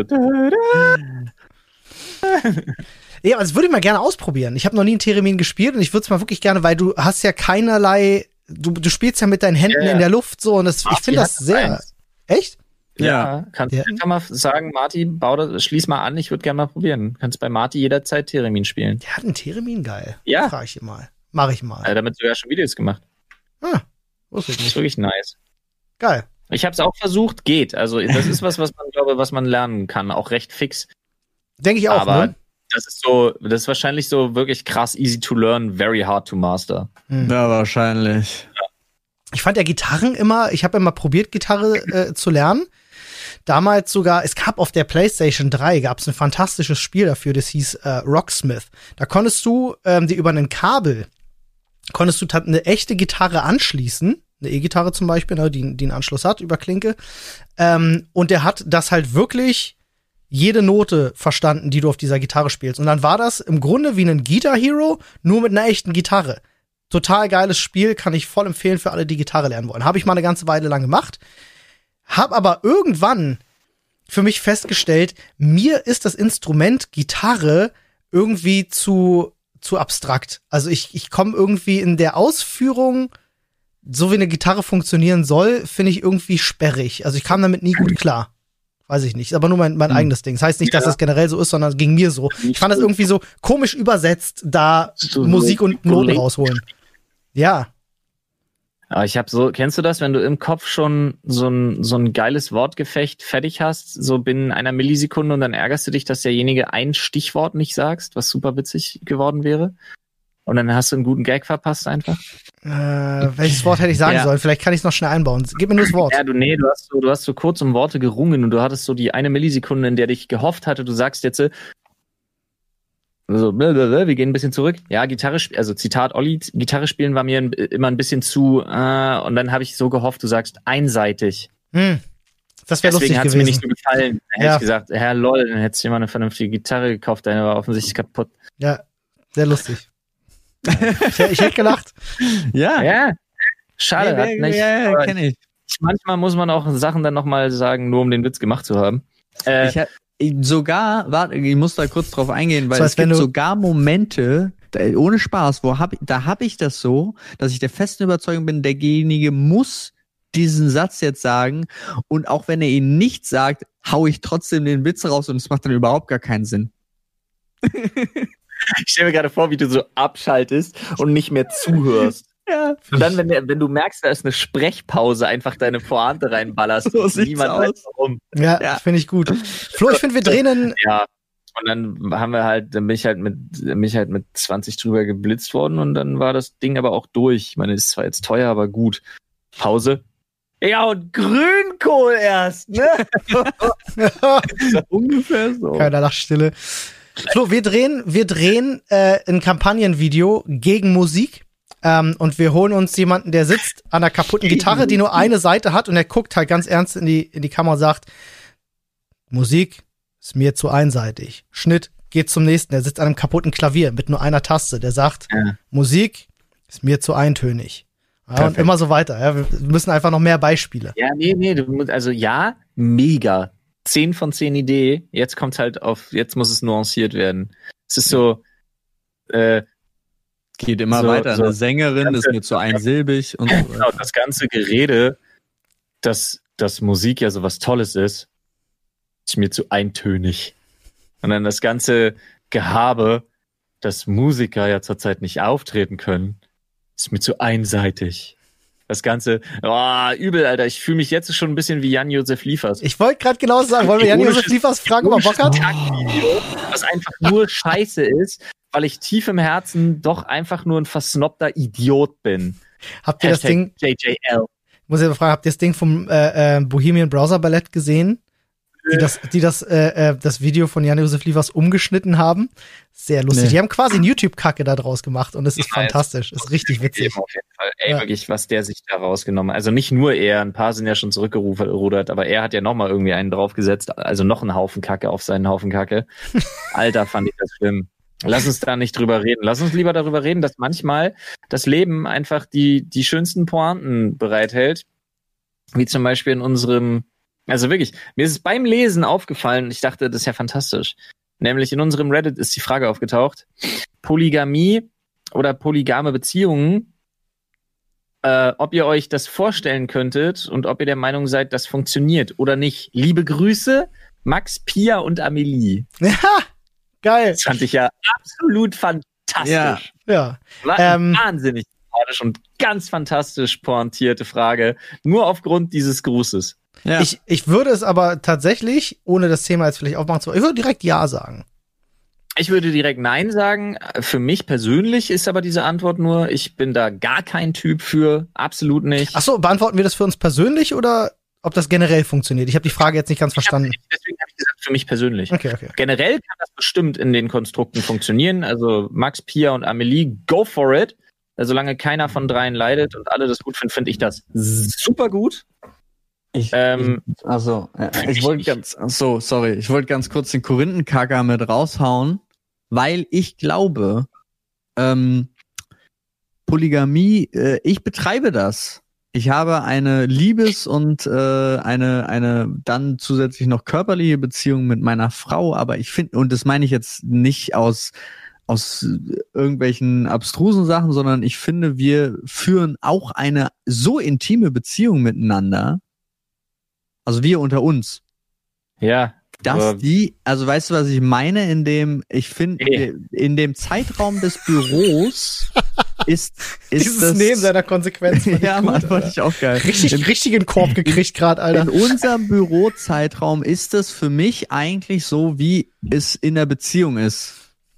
Ja, aber das würde ich mal gerne ausprobieren. Ich habe noch nie ein Theremin gespielt und ich würde es mal wirklich gerne, weil du hast ja keinerlei, du, du spielst ja mit deinen Händen Ja, ja. in der Luft so und das, ich Marty finde hat das sehr. eins. Echt? Ja, Ja. kannst du Ja. einfach mal sagen, Marty, bau das, schließ mal an, ich würde gerne mal probieren. Kannst bei Marty jederzeit Theremin spielen. Der hat einen Theremin, geil. Ja. Frag ich ihn mal. Mach ich mal. Er hat damit sogar schon Videos gemacht. Ah, wusste ich Das ist nicht. wirklich nice. Geil. Ich habe es auch versucht, geht. Also das ist was, was man glaube, was man lernen kann, auch recht fix. Denke ich auch, Aber ne? das ist so, das ist wahrscheinlich so wirklich krass easy to learn, very hard to master. Ja, wahrscheinlich. Ich fand ja Gitarren immer, ich habe immer probiert, Gitarre äh, zu lernen. Damals sogar, es gab auf der PlayStation drei, gab es ein fantastisches Spiel dafür, das hieß äh, Rocksmith. Da konntest du ähm, dir über ein Kabel, konntest du tat- eine echte Gitarre anschließen, eine E-Gitarre zum Beispiel, ne, die, die einen Anschluss hat über Klinke. Ähm, und der hat das halt wirklich jede Note verstanden, die du auf dieser Gitarre spielst. Und dann war das im Grunde wie ein Guitar Hero, nur mit einer echten Gitarre. Total geiles Spiel, kann ich voll empfehlen für alle, die Gitarre lernen wollen. Habe ich mal eine ganze Weile lang gemacht. Hab aber irgendwann für mich festgestellt, mir ist das Instrument Gitarre irgendwie zu, zu abstrakt. Also ich, ich komme irgendwie in der Ausführung, so wie eine Gitarre funktionieren soll, finde ich irgendwie sperrig. Also ich kam damit nie gut klar. Weiß ich nicht. Ist aber nur mein, mein Hm. eigenes Ding. Das heißt nicht, dass Ja. das generell so ist, sondern es ging mir so. Ich fand das irgendwie so komisch übersetzt, da So Musik und Noten Link- rausholen. Ja. Aber ich habe so, kennst du das, wenn du im Kopf schon so ein, so ein geiles Wortgefecht fertig hast, so binnen einer Millisekunde und dann ärgerst du dich, dass derjenige ein Stichwort nicht sagst, was super witzig geworden wäre? Und dann hast du einen guten Gag verpasst einfach? Äh, welches Wort hätte ich sagen Ja. sollen? Vielleicht kann ich es noch schnell einbauen. Gib mir nur das Wort. Ja, du, nee, du hast so, du hast so kurz um Worte gerungen und du hattest so die eine Millisekunde, in der dich gehofft hatte, du sagst jetzt, äh, so, blablabla, wir gehen ein bisschen zurück. Ja, Gitarre, sp- also Zitat Olli, Gitarre spielen war mir ein, immer ein bisschen zu, äh, und dann habe ich so gehofft, du sagst einseitig. Hm. Das wäre lustig Deswegen hat es gewesen. mir nicht so gefallen. Dann hätte Ja. ich gesagt, Herr lol, dann hättest du dir mal eine vernünftige Gitarre gekauft, deine war offensichtlich kaputt. Ja, sehr lustig. ich, ich hätte gelacht. Ja, Ja, schade, ja, hat nicht. ja, ja, aber kenn ich. manchmal muss man auch Sachen dann nochmal sagen, nur um den Witz gemacht zu haben. Äh, Ich hab, ich- sogar, warte, ich muss da kurz drauf eingehen, weil So, als es wenn gibt du- sogar Momente, da, ohne Spaß, wo hab, da habe ich das so, dass ich der festen Überzeugung bin, derjenige muss diesen Satz jetzt sagen und auch wenn er ihn nicht sagt, hau ich trotzdem den Witz raus und es macht dann überhaupt gar keinen Sinn. ich stelle mir gerade vor, wie du so abschaltest und nicht mehr zuhörst. Ja, Und dann, wenn, der, wenn du merkst, da ist eine Sprechpause, einfach deine Pointe reinballerst. So und sieht's niemand aus. weiß warum. Ja, Ja. finde ich gut. Flo, ich finde, wir drehen einen. Ja. Und dann haben wir halt, dann bin ich halt mit, bin ich halt mit zwanzig drüber geblitzt worden und dann war das Ding aber auch durch. Ich meine, ist zwar jetzt teuer, aber gut. Pause. Ja, und Grünkohl erst, ne? ungefähr so. Keiner Lachstille. Flo, wir drehen, wir drehen äh, ein Kampagnenvideo gegen Musik. Ähm, und wir holen uns jemanden, der sitzt an einer kaputten Gitarre, die nur eine Seite hat und er guckt halt ganz ernst in die, in die Kamera und sagt, Musik ist mir zu einseitig. Schnitt, geht zum nächsten, der sitzt an einem kaputten Klavier mit nur einer Taste, der sagt, Ja. Musik ist mir zu eintönig. Ja, und immer so weiter. Ja. Wir müssen einfach noch mehr Beispiele. Ja, nee, nee, du musst, also ja, mega. Zehn von zehn Idee. Jetzt kommt halt auf, jetzt muss es nuanciert werden. Es ist so, äh, geht immer so, weiter. So Eine Sängerin ganze, ist mir zu einsilbig und so weiter. Genau, das ganze Gerede, dass, dass Musik ja sowas Tolles ist, ist mir zu eintönig. Und dann das ganze Gehabe, dass Musiker ja zurzeit nicht auftreten können, ist mir zu einseitig. Das Ganze, oh, übel, Alter. Ich fühle mich jetzt schon ein bisschen wie Jan-Josef Liefers. Ich wollte gerade genau sagen, wollen wir Jan-Josef Liefers fragen, ob er Bock hat? Kackvideo, was einfach nur scheiße ist, weil ich tief im Herzen doch einfach nur ein versnobter Idiot bin. Habt ihr das Ding, J J L. muss ich mal fragen, habt ihr das Ding vom äh, äh, Bohemian Browser Ballett gesehen? Die das, die das, äh, äh, das Video von Jan-Josef Liefers umgeschnitten haben. Sehr lustig. Nee. Die haben quasi eine YouTube-Kacke da draus gemacht und es ist Ja, fantastisch. Ist richtig witzig. Auf jeden Fall. Ey, Ja. wirklich, was der sich da rausgenommen hat. Also nicht nur er, ein paar sind ja schon zurückgerudert, aber er hat ja nochmal irgendwie einen draufgesetzt, also noch einen Haufen Kacke auf seinen Haufen Kacke. Alter, fand ich das schlimm. Lass uns da nicht drüber reden. Lass uns lieber darüber reden, dass manchmal das Leben einfach die, die schönsten Pointen bereithält. Wie zum Beispiel in unserem, also wirklich, mir ist es beim Lesen aufgefallen, ich dachte, das ist ja fantastisch. Nämlich in unserem Reddit ist die Frage aufgetaucht, Polygamie oder polygame Beziehungen, äh, ob ihr euch das vorstellen könntet und ob ihr der Meinung seid, das funktioniert oder nicht. Liebe Grüße, Max, Pia und Amelie. Ja, geil. Das fand ich ja absolut fantastisch. Ja. Ja. War Ähm, wahnsinnig sympathisch und ganz fantastisch pointierte Frage, nur aufgrund dieses Grußes. Ja. Ich, ich würde es aber tatsächlich, ohne das Thema jetzt vielleicht aufmachen zu wollen, ich würde direkt Ja sagen. Ich würde direkt Nein sagen. Für mich persönlich ist aber diese Antwort nur, ich bin da gar kein Typ für, absolut nicht. Ach so, beantworten wir das für uns persönlich oder ob das generell funktioniert? Ich habe die Frage jetzt nicht ganz verstanden. Ich hab, deswegen habe ich gesagt, für mich persönlich. Okay, okay. Generell kann das bestimmt in den Konstrukten funktionieren. Also Max, Pia und Amelie, go for it. Also solange keiner von dreien leidet und alle das gut finden, finde ich das super gut. Ich, Ähm, ich, also, äh, ich wollte ganz, ach so, sorry, ich wollte ganz kurz den Korinthenkacker mit raushauen, weil ich glaube, ähm, Polygamie, äh, ich betreibe das. Ich habe eine Liebes- und äh, eine eine dann zusätzlich noch körperliche Beziehung mit meiner Frau, aber ich finde, und das meine ich jetzt nicht aus aus irgendwelchen abstrusen Sachen, sondern ich finde, wir führen auch eine so intime Beziehung miteinander, also wir unter uns, Ja. dass aber die, also weißt du, was ich meine, in dem, ich finde, Nee. in dem Zeitraum des Büros ist, ist Dieses das, Neben seiner Konsequenz. fand ich ja, gut, Mann, fand Alter. ich auch geil. Richtig, richtigen Korb gekriegt gerade, Alter. In unserem Bürozeitraum ist es für mich eigentlich so, wie es in der Beziehung ist.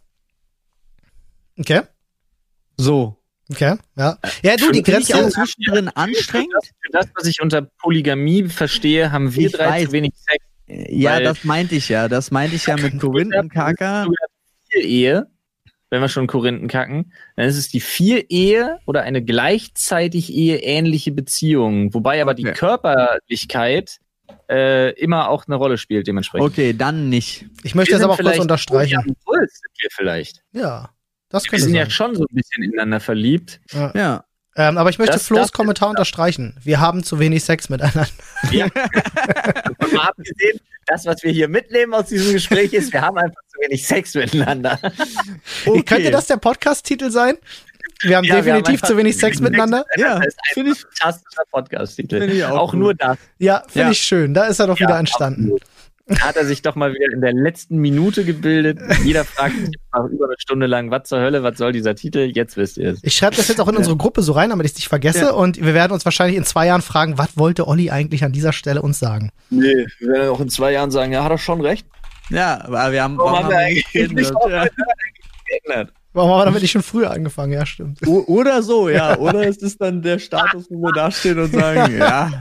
Okay, So. okay, ja. Ja, du, die Finde ich auch Grenze. zwischendrin anstrengend. für das, was ich unter Polygamie verstehe, haben wir Ich drei weiß. zu wenig Sex. Ja, Weil- das meinte ich ja. Das meinte ich ja mit Korinthenkacker. Vier Ehe, wenn wir schon Korinthen kacken, dann ist es die vier Ehe oder eine gleichzeitig eheähnliche Beziehung, wobei aber die Okay. Körperlichkeit äh, immer auch eine Rolle spielt dementsprechend. Okay, dann nicht. Ich möchte Wir das aber auch sind kurz vielleicht unterstreichen. polyamorös, sind wir vielleicht. Ja, das Wir könnte sind sein. ja schon so ein bisschen ineinander verliebt. Ja. Ja. Ähm, aber ich möchte Das- Flo's das- Kommentar unterstreichen. Wir haben zu wenig Sex miteinander. Ja. Und mal abgesehen, das, was wir hier mitnehmen aus diesem Gespräch ist, wir haben einfach zu wenig Sex miteinander. Okay. Könnte das der Podcast-Titel sein? Wir haben Ja, wir definitiv haben einfach zu wenig Sex miteinander. Ja, Das ist finde ein ich, fantastischer Podcast-Titel. Finde ich auch Auch gut. nur das. Ja, finde Ja. ich schön. Da ist er doch Ja, wieder entstanden. absolut. Da hat er sich doch mal wieder in der letzten Minute gebildet. Jeder fragt sich nach über eine Stunde lang, was zur Hölle, was soll dieser Titel? Jetzt wisst ihr es. Ich schreibe das jetzt auch in unsere Gruppe so rein, damit ich es nicht vergesse. Ja. Und wir werden uns wahrscheinlich in zwei Jahren fragen, was wollte Olli eigentlich an dieser Stelle uns sagen? Nee, wir werden auch in zwei Jahren sagen, ja, hat er schon recht. ja, aber wir haben, Warum warum haben wir haben wir nicht eigentlich nicht geändert? Ja. geändert? Warum haben wir damit nicht schon früher angefangen? Ja, stimmt. O- Oder so, ja. Oder es ist dann der Status, wo wir da stehen und sagen, ja.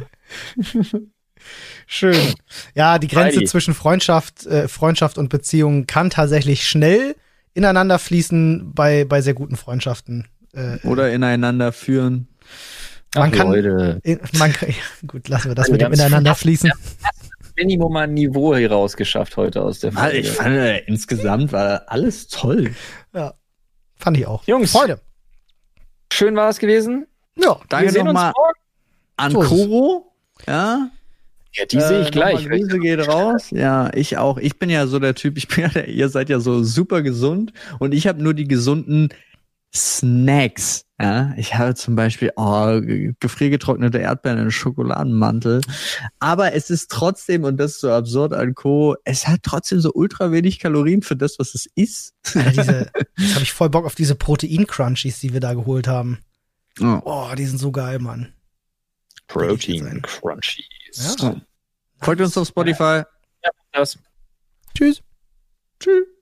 Schön. Ja, die Grenze Heidi. zwischen Freundschaft, äh, Freundschaft und Beziehung kann tatsächlich schnell ineinander fließen bei, bei sehr guten Freundschaften. Äh, Oder ineinander führen. man Ach, kann, Leute. in, man kann, ja, gut, lassen wir das Also mit wir dem haben's ineinander fast- fließen. Minimum an Niveau hier rausgeschafft heute aus der Folge. Ich fand, äh, insgesamt war alles toll. Ja, fand ich auch. Jungs. Freude. Schön war es gewesen. Ja, danke nochmal an So ist es. Koro. Ja, Ja, die sehe ich Äh, gleich. nochmal Grüße geht raus. Ja, ich auch. Ich bin ja so der Typ, ich bin ja der, ihr seid ja so super gesund und ich habe nur die gesunden Snacks. Ja, ich habe zum Beispiel oh, gefriergetrocknete Erdbeeren in einem Schokoladenmantel. Aber es ist trotzdem, und das ist so absurd an Co., es hat trotzdem so ultra wenig Kalorien für das, was es ist. Alter, diese, jetzt habe ich voll Bock auf diese Protein-Crunchies, die wir da geholt haben. Oh. Oh, die sind so geil, Mann. Protein Crunchies. Ja. Folgt uns auf Spotify. Ja, das. Tschüss. Tschüss.